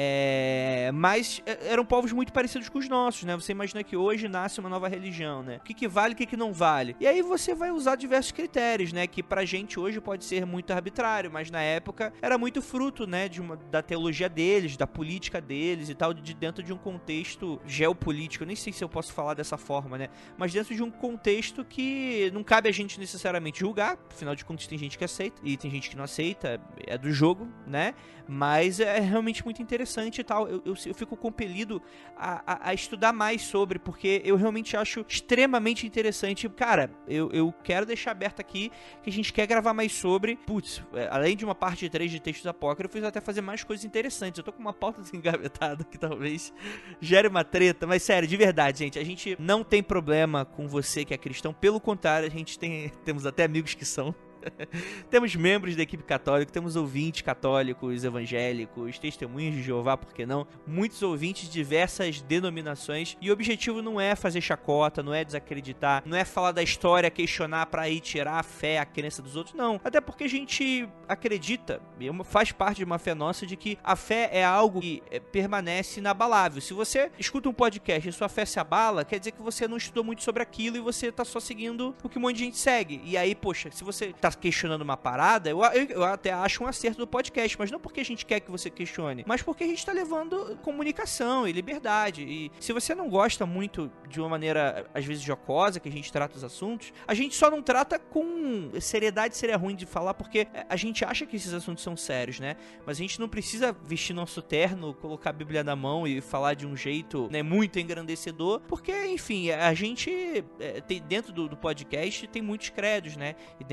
Speaker 1: É, mas eram povos muito parecidos com os nossos, né? Você imagina que hoje nasce uma nova religião, né? O que que vale, o que que não vale? E aí você vai usar diversos critérios, né? Que pra gente hoje pode ser muito arbitrário, mas na época era muito fruto, né? De uma, da teologia deles, da política deles e tal, de dentro de um contexto geopolítico. Eu nem sei se eu posso falar dessa forma, né? Mas dentro de um contexto que não cabe a gente necessariamente julgar, afinal de contas tem gente que aceita e tem gente que não aceita, é do jogo, né? Mas é realmente muito interessante. Interessante e tal, eu, eu, eu fico compelido a, a, a estudar mais sobre, porque eu realmente acho extremamente interessante. Cara, eu, eu quero deixar aberto aqui que a gente quer gravar mais sobre. Putz, além de uma parte três de textos apócrifos, até fazer mais coisas interessantes. Eu tô com uma pauta desengavetada que talvez gere uma treta, mas sério, de verdade, gente, a gente não tem problema com você que é cristão, pelo contrário, a gente tem, temos até amigos que são. Temos membros da equipe católica, temos ouvintes católicos, evangélicos, testemunhas de Jeová, por que não? Muitos ouvintes de diversas denominações, e o objetivo não é fazer chacota, não é desacreditar, não é falar da história, questionar pra aí tirar a fé, a crença dos outros, não. Até porque a gente acredita, faz parte de uma fé nossa, de que a fé é algo que permanece inabalável. Se você escuta um podcast e sua fé se abala, quer dizer que você não estudou muito sobre aquilo e você tá só seguindo o que um monte de gente segue. E aí, poxa, se você tá questionando uma parada, eu, eu, eu até acho um acerto do podcast, mas não porque a gente quer que você questione, mas porque a gente tá levando comunicação e liberdade. E se você não gosta muito de uma maneira, às vezes, jocosa, que a gente trata os assuntos, a gente só não trata com seriedade, seria ruim de falar, porque a gente acha que esses assuntos são sérios, né? Mas a gente não precisa vestir nosso terno, colocar a Bíblia na mão e falar de um jeito, né, muito engrandecedor, porque, enfim, a gente, é, tem, dentro do, do podcast, tem muitos credos, né? E dentro dos ouvintes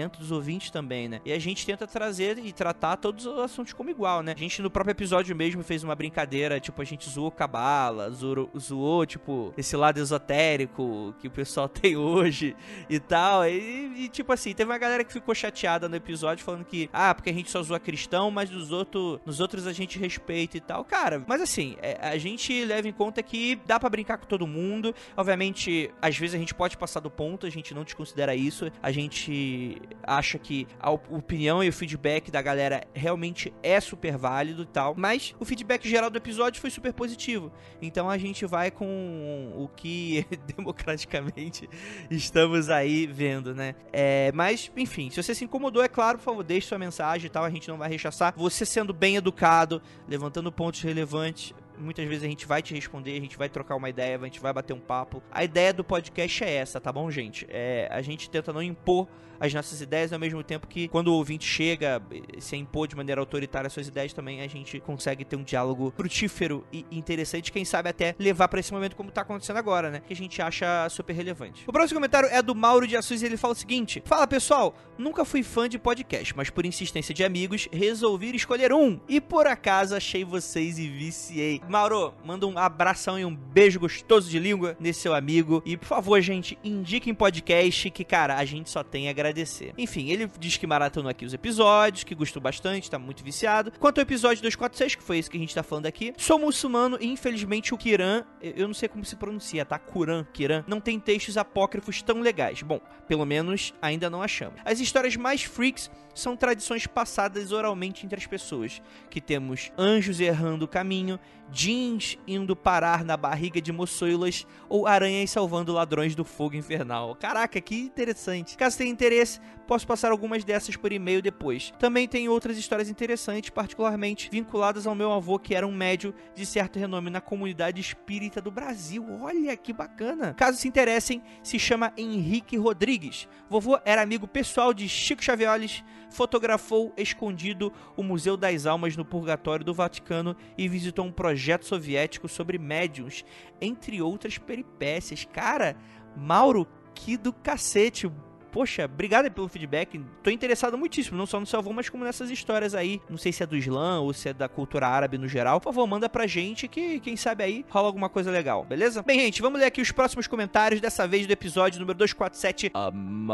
Speaker 1: ouvinte também, né? E a gente tenta trazer e tratar todos os assuntos como igual, né? A gente no próprio episódio mesmo fez uma brincadeira, tipo, a gente zoou cabala, zoou, zoou tipo, esse lado esotérico que o pessoal tem hoje e tal. E, e, tipo assim, teve uma galera que ficou chateada no episódio falando que, ah, porque a gente só zoa cristão, mas nos, outro, nos outros a gente respeita e tal. Cara, mas assim, é, a gente leva em conta que dá pra brincar com todo mundo. Obviamente, às vezes a gente pode passar do ponto, a gente não desconsidera isso. A gente acha que a opinião e o feedback da galera realmente é super válido e tal. Mas o feedback geral do episódio foi super positivo. Então a gente vai com o que democraticamente estamos aí vendo, né? É, mas, enfim, se você se incomodou, é claro, por favor, deixe sua mensagem e tal, a gente não vai rechaçar. Você sendo bem educado, levantando pontos relevantes, muitas vezes a gente vai te responder, a gente vai trocar uma ideia, a gente vai bater um papo. A ideia do podcast é essa, tá bom, gente? É, a gente tenta não impor as nossas ideias, ao mesmo tempo que quando o ouvinte chega, se impor de maneira autoritária as suas ideias, também a gente consegue ter um diálogo frutífero e interessante, quem sabe até levar pra esse momento como tá acontecendo agora, né? Que a gente acha super relevante. O próximo comentário é do Mauro de Assis e ele fala o seguinte: fala pessoal, nunca fui fã de podcast, mas por insistência de amigos, resolvi escolher um. E por acaso achei vocês e viciei. Mauro, manda um abração e um beijo gostoso de língua nesse seu amigo. E por favor, gente, indiquem podcast que, cara, a gente só tem a agradecer. Enfim, ele diz que maratonou aqui os episódios, que gostou bastante, tá muito viciado. Quanto ao episódio duzentos e quarenta e seis, que foi esse que a gente tá falando aqui, sou muçulmano e infelizmente o Kiran, eu não sei como se pronuncia, tá? Quran, Kiran, não tem textos apócrifos tão legais. Bom, pelo menos ainda não achamos. As histórias mais freaks são tradições passadas oralmente entre as pessoas, que temos anjos errando o caminho, jeans indo parar na barriga de moçoilas ou aranhas salvando ladrões do fogo infernal. Caraca, que interessante. Caso tenha interesse, posso passar algumas dessas por e-mail depois. Também tem outras histórias interessantes, particularmente vinculadas ao meu avô, que era um médium de certo renome na comunidade espírita do Brasil. Olha que bacana. Caso se interessem, se chama Henrique Rodrigues. Vovô era amigo pessoal de Chico Xavier, fotografou escondido o Museu das Almas no Purgatório do Vaticano e visitou um projeto soviético sobre médiuns, entre outras peripécias. Cara, Mauro, que do cacete. Poxa, obrigado pelo feedback. Tô interessado muitíssimo, não só no seu avô, mas como nessas histórias aí. Não sei se é do Islã ou se é da cultura árabe no geral. Por favor, manda pra gente que, quem sabe aí, rola alguma coisa legal, beleza? Bem, gente, vamos ler aqui os próximos comentários, dessa vez do episódio número duzentos e quarenta e sete. A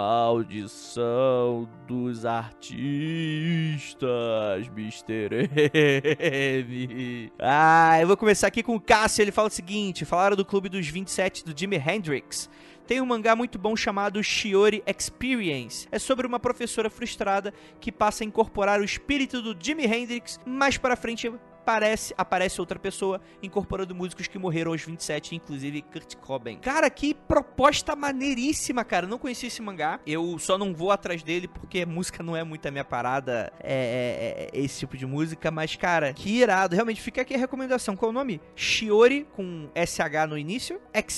Speaker 1: maldição dos artistas, mister M. Ah, eu vou começar aqui com o Cássio, ele fala o seguinte: falaram do Clube dos vinte e sete do Jimi Hendrix. Tem um mangá muito bom chamado Shiori Experience. É sobre uma professora frustrada que passa a incorporar o espírito do Jimi Hendrix. Mais para frente parece, aparece outra pessoa incorporando músicos que morreram aos vinte e sete, inclusive Kurt Cobain. Cara, que proposta maneiríssima, cara. Eu não conhecia esse mangá. Eu só não vou atrás dele porque música não é muito a minha parada, é, é, é esse tipo de música. Mas, cara, que irado. Realmente, fica aqui a recomendação. Qual é o nome? Shiori, com S H no início.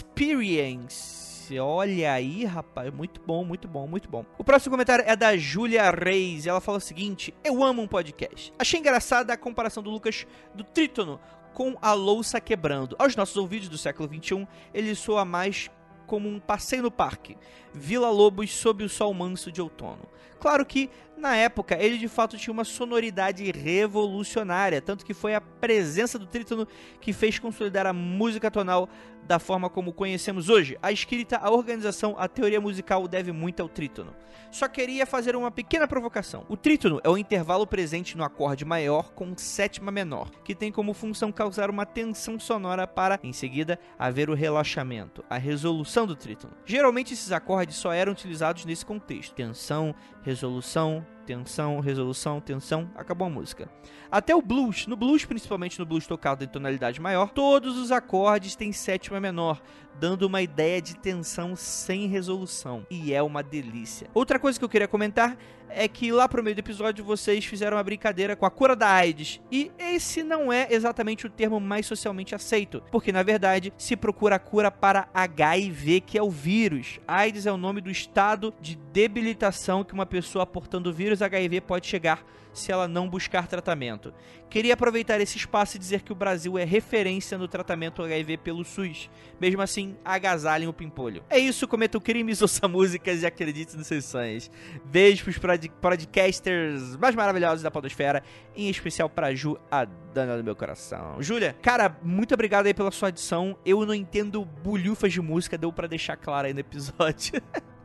Speaker 1: Experience. Olha aí, rapaz, muito bom, muito bom, muito bom. O próximo comentário é da Júlia Reis. Ela fala o seguinte: eu amo um podcast. Achei engraçada a comparação do Lucas do Trítono com a louça quebrando. Aos nossos ouvidos do século vinte e um, ele soa mais como um passeio no parque, Vila Lobos sob o sol manso de outono. Claro que, na época, ele de fato tinha uma sonoridade revolucionária, tanto que foi a presença do trítono que fez consolidar a música tonal da forma como conhecemos hoje. A escrita, a organização, a teoria musical deve muito ao trítono. Só queria fazer uma pequena provocação. O trítono é o intervalo presente no acorde maior com sétima menor, que tem como função causar uma tensão sonora para, em seguida, haver o relaxamento, a resolução do trítono. Geralmente esses acordes só eram utilizados nesse contexto: tensão, resolução, tensão, resolução, tensão, acabou a música. Até o blues, no blues, principalmente no blues tocado em tonalidade maior, todos os acordes têm sétima menor, dando uma ideia de tensão sem resolução, e é uma delícia. Outra coisa que eu queria comentar é que lá pro meio do episódio vocês fizeram uma brincadeira com a cura da AIDS, e esse não é exatamente o termo mais socialmente aceito, porque na verdade se procura a cura para H I V, que é o vírus. AIDS é o nome do estado de debilitação que uma pessoa portando o vírus H I V pode chegar se ela não buscar tratamento. Queria aproveitar esse espaço e dizer que o Brasil é referência no tratamento H I V pelo SUS. Mesmo assim, agasalhem o pimpolho. É isso, cometam crimes, ouçam músicas e acreditem nos seus sonhos. Beijos para pod- podcasters mais maravilhosos da podosfera, em especial pra Ju, a dona do meu coração. Júlia, cara, muito obrigado aí pela sua adição. Eu não entendo bulhufas de música, deu pra deixar claro aí no episódio.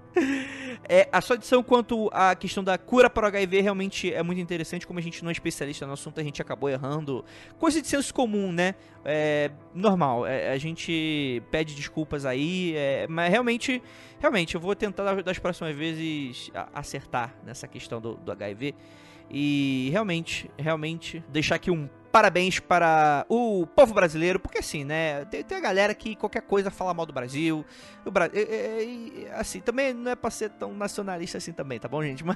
Speaker 1: É, a sua adição quanto à questão da cura para o H I V realmente é muito interessante. Como a gente não é especialista no assunto, a gente acabou errando. Coisa de senso comum, né? É normal, é, a gente pede desculpas aí, é, mas realmente, realmente, eu vou tentar das próximas vezes acertar nessa questão do, do H I V. E realmente, realmente, deixar aqui um parabéns para o povo brasileiro, porque assim, né, tem, tem a galera que qualquer coisa fala mal do Brasil, o Bra... é, é, é, assim, também não é pra ser tão nacionalista assim também, tá bom, gente? Mas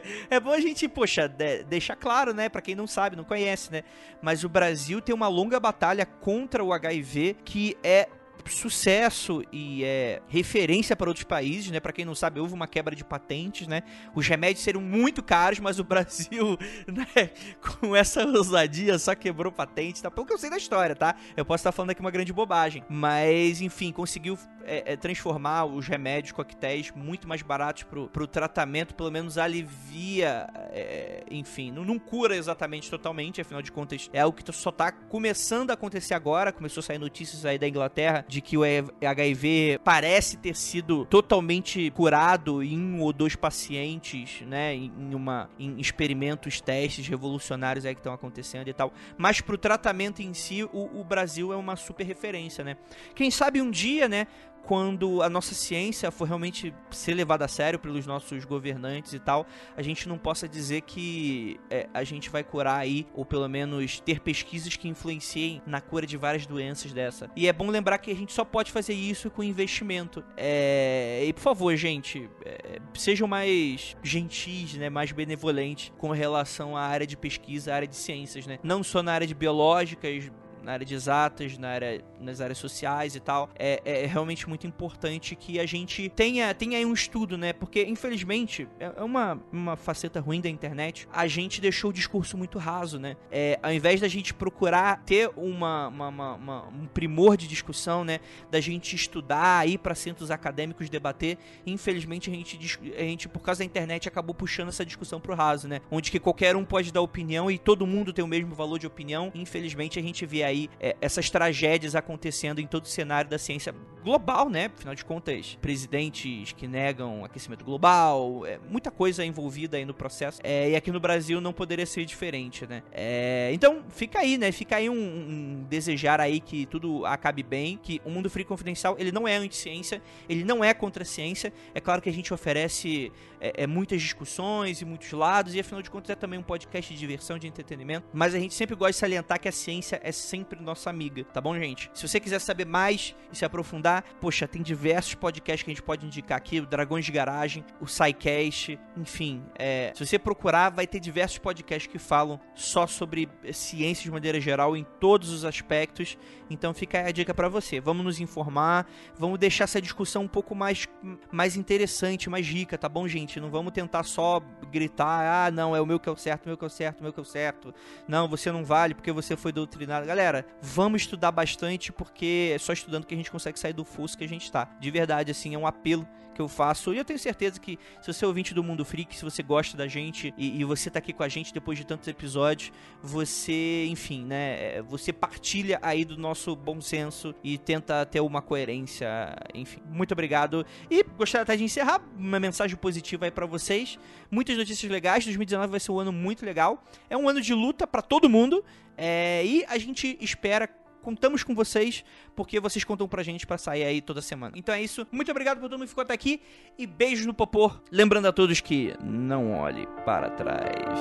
Speaker 1: é bom a gente, poxa, de, deixar claro, né, pra quem não sabe, não conhece, né, mas o Brasil tem uma longa batalha contra o H I V, que é sucesso e é referência para outros países, né? Para quem não sabe, houve uma quebra de patentes, né? Os remédios seriam muito caros, mas o Brasil, né, com essa ousadia, só quebrou patente, tá? Pelo que eu sei da história, tá? Eu posso estar falando aqui uma grande bobagem, mas enfim, conseguiu é, é, transformar os remédios coquetéis muito mais baratos pro, pro tratamento, pelo menos alivia, é, enfim, não, não cura exatamente totalmente, afinal de contas é algo que só tá começando a acontecer agora. Começou a sair notícias aí da Inglaterra de que o H I V parece ter sido totalmente curado em um ou dois pacientes, né, em, uma, em experimentos, testes revolucionários aí que estão acontecendo e tal, mas pro tratamento em si, o, o Brasil é uma super referência, né. Quem sabe um dia, né, quando a nossa ciência for realmente ser levada a sério pelos nossos governantes e tal, a gente não possa dizer que é, a gente vai curar aí, ou pelo menos ter pesquisas que influenciem na cura de várias doenças dessa. E é bom lembrar que a gente só pode fazer isso com investimento. É... E por favor, gente, é... sejam mais gentis, né, mais benevolentes com relação à área de pesquisa, à área de ciências, né? Não só na área de biológicas, na área de exatas, na área, nas áreas sociais e tal, é, é realmente muito importante que a gente tenha, tenha aí um estudo, né, porque infelizmente é uma, uma faceta ruim da internet, a gente deixou o discurso muito raso, né, é, ao invés da gente procurar ter uma, uma, uma, uma, um primor de discussão, né, da gente estudar, ir para centros acadêmicos debater, infelizmente a gente, a gente, por causa da internet, acabou puxando essa discussão pro raso, né, onde que qualquer um pode dar opinião e todo mundo tem o mesmo valor de opinião. Infelizmente a gente vê aí É, essas tragédias acontecendo em todo o cenário da ciência global, né? Afinal de contas, presidentes que negam aquecimento global, é, muita coisa envolvida aí no processo. É, e aqui no Brasil não poderia ser diferente, né? É, então, fica aí, né? Fica aí um, um desejar aí que tudo acabe bem, que o Mundo Freak Confidencial, ele não é anti-ciência, ele não é contra a ciência. É claro que a gente oferece é, é, muitas discussões e muitos lados, e afinal de contas é também um podcast de diversão, de entretenimento, mas a gente sempre gosta de salientar que a ciência é sempre nossa amiga, tá bom, gente? Se você quiser saber mais e se aprofundar, poxa, tem diversos podcasts que a gente pode indicar aqui, o Dragões de Garagem, o SciCast, enfim, é, se você procurar, vai ter diversos podcasts que falam só sobre ciência de maneira geral, em todos os aspectos. Então fica aí a dica pra você, vamos nos informar, vamos deixar essa discussão um pouco mais, mais interessante, mais rica, tá bom, gente? Não vamos tentar só gritar, ah, não, é o meu que é o certo, o meu que é o certo, o meu que é o certo, não, você não vale porque você foi doutrinado. Galera, vamos estudar bastante, porque é só estudando que a gente consegue sair do fosso que a gente tá. De verdade, assim, é um apelo que eu faço, e eu tenho certeza que se você é ouvinte do Mundo Freak, se você gosta da gente e, e você tá aqui com a gente depois de tantos episódios, você, enfim, né, você partilha aí do nosso bom senso e tenta ter uma coerência, enfim. Muito obrigado, e gostaria até de encerrar uma mensagem positiva aí pra vocês, muitas notícias legais. Dois mil e dezenove vai ser um ano muito legal, é um ano de luta pra todo mundo, é, e a gente espera, contamos com vocês, porque vocês contam pra gente pra sair aí toda semana. Então é isso, muito obrigado por todo mundo que ficou até aqui, e beijos no popô. Lembrando a todos que não olhe para trás.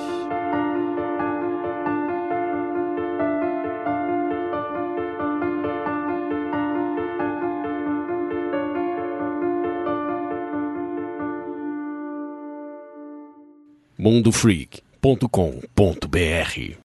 Speaker 6: mundo freak ponto com ponto br